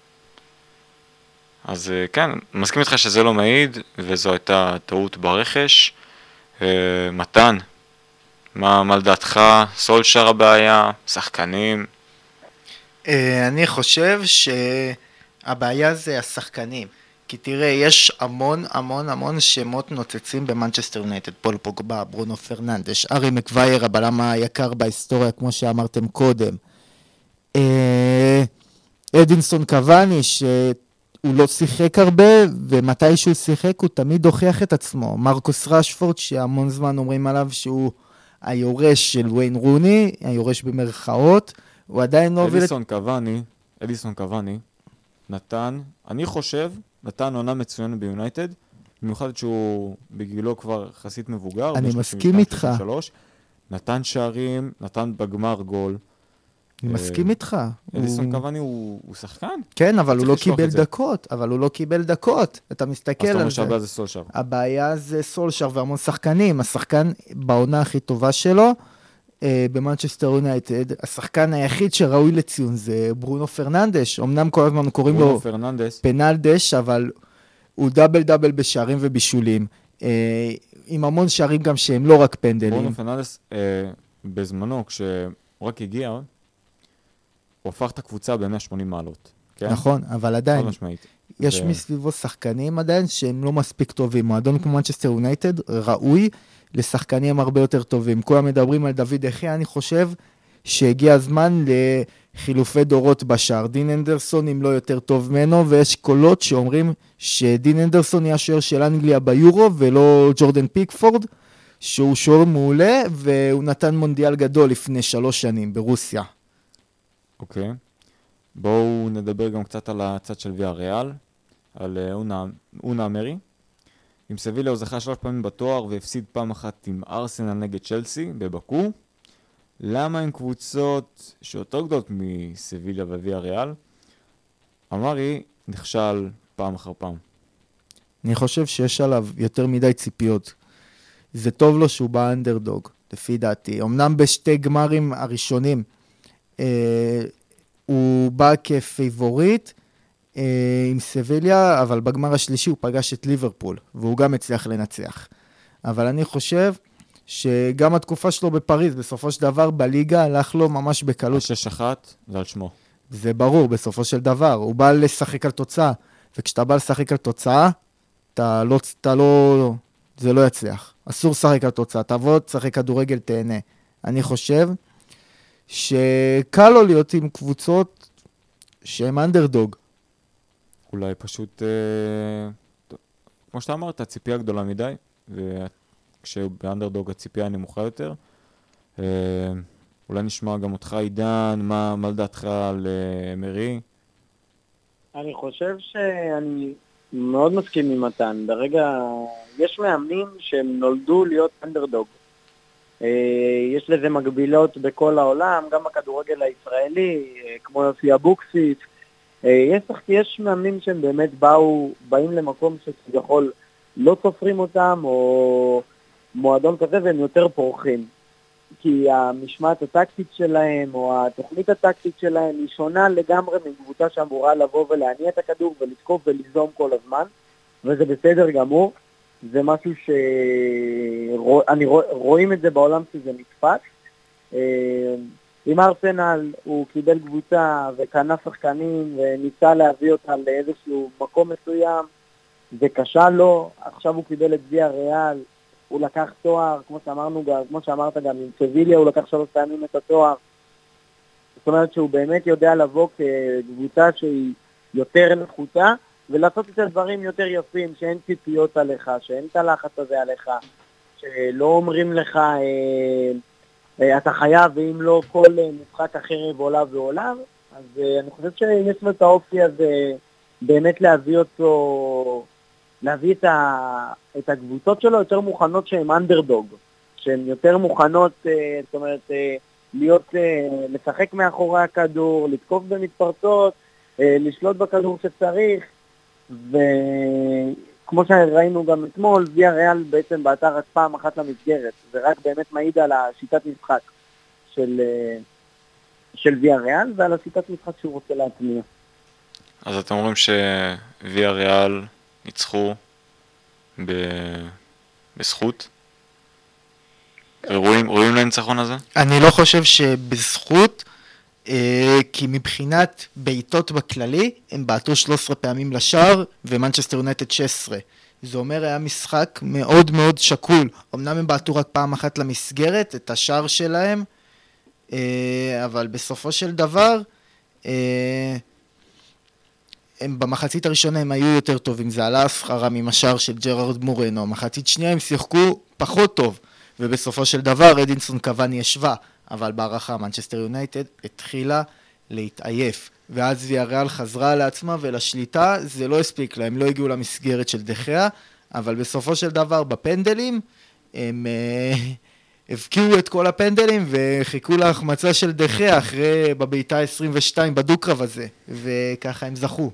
אז כן, מסכים איתך שזה לא מעיד, וזו הייתה טעות ברכש. מתן, מה, מה לדעתך? סולשר הבעיה, שחקנים? אני חושב שהבעיה זה השחקנים. כי תראה, יש המון המון המון שמות נוצצים במנצ'סטר יונייטד, פול פוגבה, ברונו פרננדש, ארי מקווייר, הבלם היקר בהיסטוריה, כמו שאמרתם קודם. אדינסון קוואני, שהוא לא שיחק הרבה, ומתי שהוא שיחק הוא תמיד הוכיח את עצמו. מרקוס רשפורד, שהמון זמן אומרים עליו שהוא היורש של ויין רוני, היורש במרכאות, הוא עדיין לא הוביל... אדיסון קוואני, אדיסון קוואני, נתן, אני חושב, נתן עונה מצוינת ביונייטד, במיוחד שהוא בגילו כבר חסית מבוגר. אני מסכים איתך. נתן שערים, נתן בגמר גול. אני מסכים איתך. אדיסון קוואני הוא שחקן. כן, אבל הוא לא קיבל דקות, אבל הוא לא קיבל דקות. אתה מסתכל על זה. אז אתה אומר שהבעיה זה סולשר. הבעיה זה סולשר והמון שחקנים. השחקן בעונה הכי טובה שלו, במנצ'סטר יונייטד, השחקן היחיד שראוי לציון זה ברונו פרננדש. אמנם כל הזמן קוראים לו פנלדש, אבל הוא דאבל דאבל בשערים ובישולים. עם המון שערים גם שהם לא רק פנדלים. ברונו פרננדש, בזמנו, כשהוא רק הגיע, הוא הפך את הקבוצה ב-מאה ושמונים מעלות. נכון, אבל עדיין, יש מסביבו שחקנים עדיין שהם לא מספיק טובים. מועדון כמו מנצ'סטר יונייטד ראוי לשחקנים הרבה יותר טובים. כולם מדברים על דוד דחיה, אני חושב שהגיע הזמן לחילופי דורות בשער. דין אנדרסון אם לא יותר טוב ממנו, ויש קולות שאומרים שדין אנדרסון יהיה השוער של אנגליה ביורו, ולא ג'ורדן פיקפורד, שהוא שוער מעולה, והוא נתן מונדיאל גדול לפני שלוש שנים ברוסיה. אוקיי. בואו נדבר גם קצת על הצד של ויה ריאל, על אונה, אונה אמרי. עם סביליה הוא זכה שלוש פעמים בתואר והפסיד פעם אחת עם ארסנל נגד צ'לסי בבקו. למה עם קבוצות שיותר גדולות מסביליה וויה ריאל, אמרי נכשל פעם אחר פעם? אני חושב שיש עליו יותר מדי ציפיות. זה טוב לו שהוא בא אנדרדוג, לפי דעתי. אמנם בשתי גמרים הראשונים אה, הוא בא כפייבוריט אה, עם סביליה, אבל בגמר השלישי הוא פגש את ליברפול, והוא גם הצליח לנצח. אבל אני חושב שגם התקופה שלו בפריז, בסופו של דבר בליגה הלך לו ממש בקלות. שש אחת, זה על שמו. זה ברור, בסופו של דבר. הוא בא לשחק על תוצאה, וכשאתה בא לשחק על תוצאה, אתה לא, אתה לא, זה לא יצליח. אסור לשחק על תוצאה, תבוא, תשחק כדורגל, תהנה. אני חושב שקל לו להיות עם קבוצות שהן אנדרדוג. אולי פשוט, אה, כמו שאתה אמרת, הציפייה גדולה מדי, וכשבאנדרדוג הציפייה נמוכה יותר. אה, אולי נשמע גם אותך, עידן, מה, מה לדעתך על אמרי? אני חושב שאני מאוד מסכים עם מתן. ברגע, יש מאמנים שהם נולדו להיות אנדרדוג. יש לזה מקבילות בכל העולם, גם בכדורגל הישראלי, כמו יוסי אבוקסיס. יש, יש מאמנים שהם באמת באו, באים למקום שכביכול לא סופרים אותם, או מועדון כזה, והם יותר פורחים. כי המשמעת הטקטית שלהם, או התוכנית הטקטית שלהם, היא שונה לגמרי מקבוצה שאמורה לבוא ולהניע את הכדור ולתקוף ולזום כל הזמן, וזה בסדר גמור. זה משהו שאני רוא... רואים את זה בעולם שזה נתפס. עם ארסנל הוא קיבל קבוצה וקנה שחקנים וניסה להביא אותה לאיזשהו מקום מסוים, זה קשה לו. עכשיו הוא קיבל את ויה ריאל, הוא לקח תואר, כמו שאמרנו, כמו שאמרת גם עם סביליה, הוא לקח שלוש פעמים את התואר. זאת אומרת שהוא באמת יודע לבוא כקבוצה שהיא יותר נחוצה, ולעשות את הדברים יותר יפים, שאין ציפיות עליך, שאין את הלחץ הזה עליך, שלא אומרים לך, אה, אה, אתה חייב, ואם לא כל משחק אחר עולה ועולה. אז אה, אני חושב שיש לו את האופי הזה, באמת להביא אותו, להביא את, ה, את הקבוצות שלו יותר מוכנות שהן אנדרדוג, שהן יותר מוכנות, אה, זאת אומרת, אה, להיות, אה, לשחק מאחורי הכדור, לתקוף במתפרצות, אה, לשלוט בכדור שצריך, וכמו שראינו גם אתמול, ויה ריאל בעצם באתר רק פעם אחת למסגרת. זה רק באמת מעיד על השיטת משחק של, של ויה ריאל, ועל השיטת משחק שהוא רוצה להטמיע. אז אתם אומרים שויה ריאל ניצחו ב... בזכות? רואים, רואים לניצחון הזה? אני לא חושב שבזכות, כי מבחינת בעיטות בכללי, הם בעטו שלוש עשרה פעמים לשער, ומנצ'סטר יונייטד שש עשרה. זה אומר היה משחק מאוד מאוד שקול. אמנם הם בעטו רק פעם אחת למסגרת, את השער שלהם, אבל בסופו של דבר, הם במחצית הראשונה הם היו יותר טובים, זה עלה שכרם עם השער של ג'רארד מורנו, מחצית שנייה הם שיחקו פחות טוב, ובסופו של דבר אדינסון קוואני השווה, אבל בהערכה מנצ'סטר יונייטד התחילה להתעייף, ואז ויאריאל חזרה לעצמה ולשליטה, זה לא הספיק לה, הם לא הגיעו למסגרת של דחיה, אבל בסופו של דבר בפנדלים, הם הבקיעו את כל הפנדלים וחיכו להחמצה של דחיה אחרי בביתה עשרים ושתיים בדו-קרב הזה, וככה הם זכו.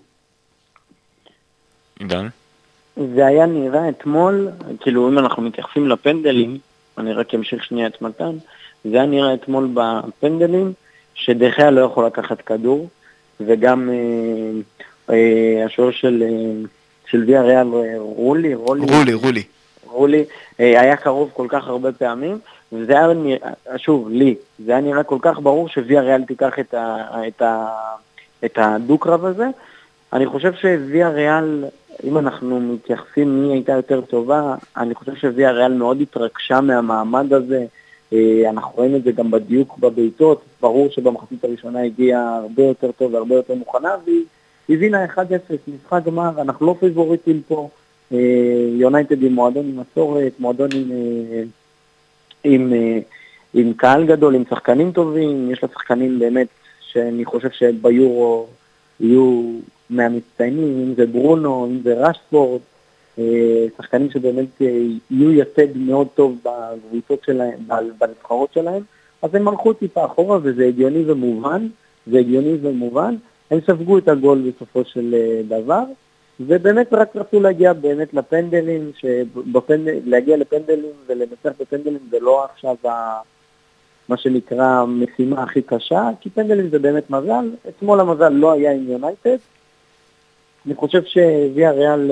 עידן? זה היה נראה אתמול, כאילו אם אנחנו מתייחסים לפנדלים, אני רק אמשיך שנייה את מתן, זה היה נראה אתמול בפנדלים, שדחיה לא יכול לקחת כדור, וגם אה, אה, השוער של, אה, של ויאריאל רולי, רולי, רולי, רולי. רולי, אה, היה קרוב כל כך הרבה פעמים, וזה היה נראה, שוב, לי, זה היה נראה כל כך ברור שוויאריאל תיקח את, ה, את, ה, את הדו-קרב הזה. אני חושב שוויאריאל, אם אנחנו מתייחסים מי הייתה יותר טובה, אני חושב שוויאריאל מאוד התרגשה מהמעמד הזה, אנחנו רואים את זה גם בדיוק בביתות, ברור שבמחצית הראשונה הגיעה הרבה יותר טוב והרבה יותר מוכנה, והיא הבינה אחד אפס, משחק גמר, אנחנו לא פיבוריטים פה, יונייטד עם מועדון עם מסורת, מועדון עם, עם, עם קהל גדול, עם שחקנים טובים, יש לה שחקנים באמת שאני חושב שביורו יהיו מהמצטיינים, אם זה ברונו, אם זה רשפורד, שחקנים שבאמת יהיו יתד מאוד טוב בקבוצות שלהם, בנבחרות שלהם, אז הם הלכו טיפה אחורה וזה הגיוני ומובן, זה הגיוני ומובן, הם ספגו את הגול בסופו של דבר, ובאמת רק רצו להגיע באמת לפנדלים, שבפנדל, להגיע לפנדלים ולנצח בפנדלים זה לא עכשיו ה, מה שנקרא המשימה הכי קשה, כי פנדלים זה באמת מזל, אתמול המזל לא היה עם יונייטד, אני חושב שוויאריאל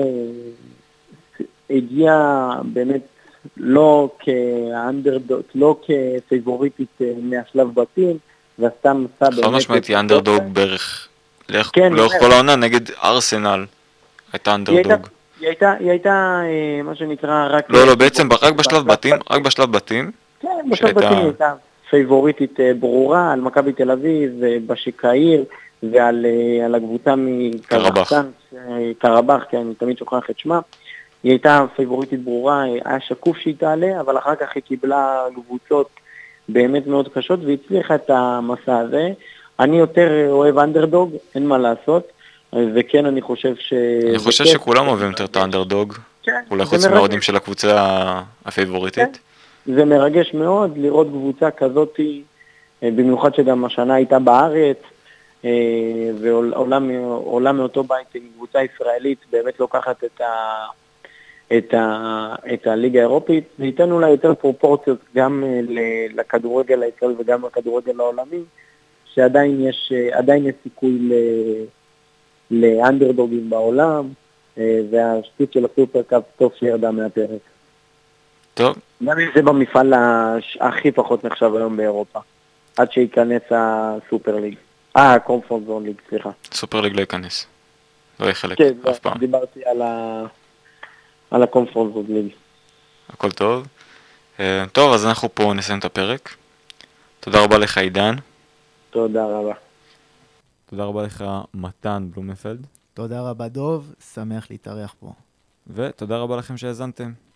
הגיע באמת לא כאנדרדוג, לא כפייבוריטית מהשלב בתים, והסתם עשה באמת... חד משמעית היא אנדרדוג בערך, לאורך כל העונה נגד ארסנל הייתה אנדרדוג. היא הייתה, מה שנקרא, רק... לא, לא, בעצם רק בשלב בתים, רק בשלב בתים. כן, בשלב בתים היא הייתה פייבוריטית ברורה על מכבי תל אביב, בשיקאיר, ועל הקבוצה מקרבחסטן, קרבח, כי אני תמיד שוכח את שמה. היא הייתה פייבוריטית ברורה, היה שקוף שהיא תעלה, אבל אחר כך היא קיבלה קבוצות באמת מאוד קשות, והצליחה את המסע הזה. אני יותר אוהב אנדרדוג, אין מה לעשות, וכן אני חושב ש... אני חושב שכולם אוהבים יותר את האנדרדוג, אולי חוץ מהאוהדים של הקבוצה הפייבוריטית. זה מרגש מאוד לראות קבוצה כזאת, במיוחד שגם השנה הייתה בארץ, ועולה מאותו בית עם קבוצה ישראלית, באמת לוקחת את ה... את, ה, את הליגה האירופית, וייתן אולי יותר פרופורציות גם לכדורגל הישראל וגם לכדורגל העולמי, שעדיין יש, עדיין יש סיכוי ל, לאנדרדוגים בעולם, והשטות של הסופרקאפ טוב שירדה מהפרק. טוב. גם אם זה במפעל הכי פחות נחשב היום באירופה, עד שיכנס הסופר ליג. אה, הקומפורט זון ליג, סליחה. סופר ליג לא ייכנס. לא יהיה חלק, כן, אף פעם. דיברתי על ה... על הקומפורט זון ליג. הכל טוב. טוב, אז אנחנו פה נסיים את הפרק. תודה רבה לך עידן. תודה רבה. תודה רבה לך מתן בלומפלד. תודה רבה דוב, שמח להתארח פה. ותודה רבה לכם שהאזנתם.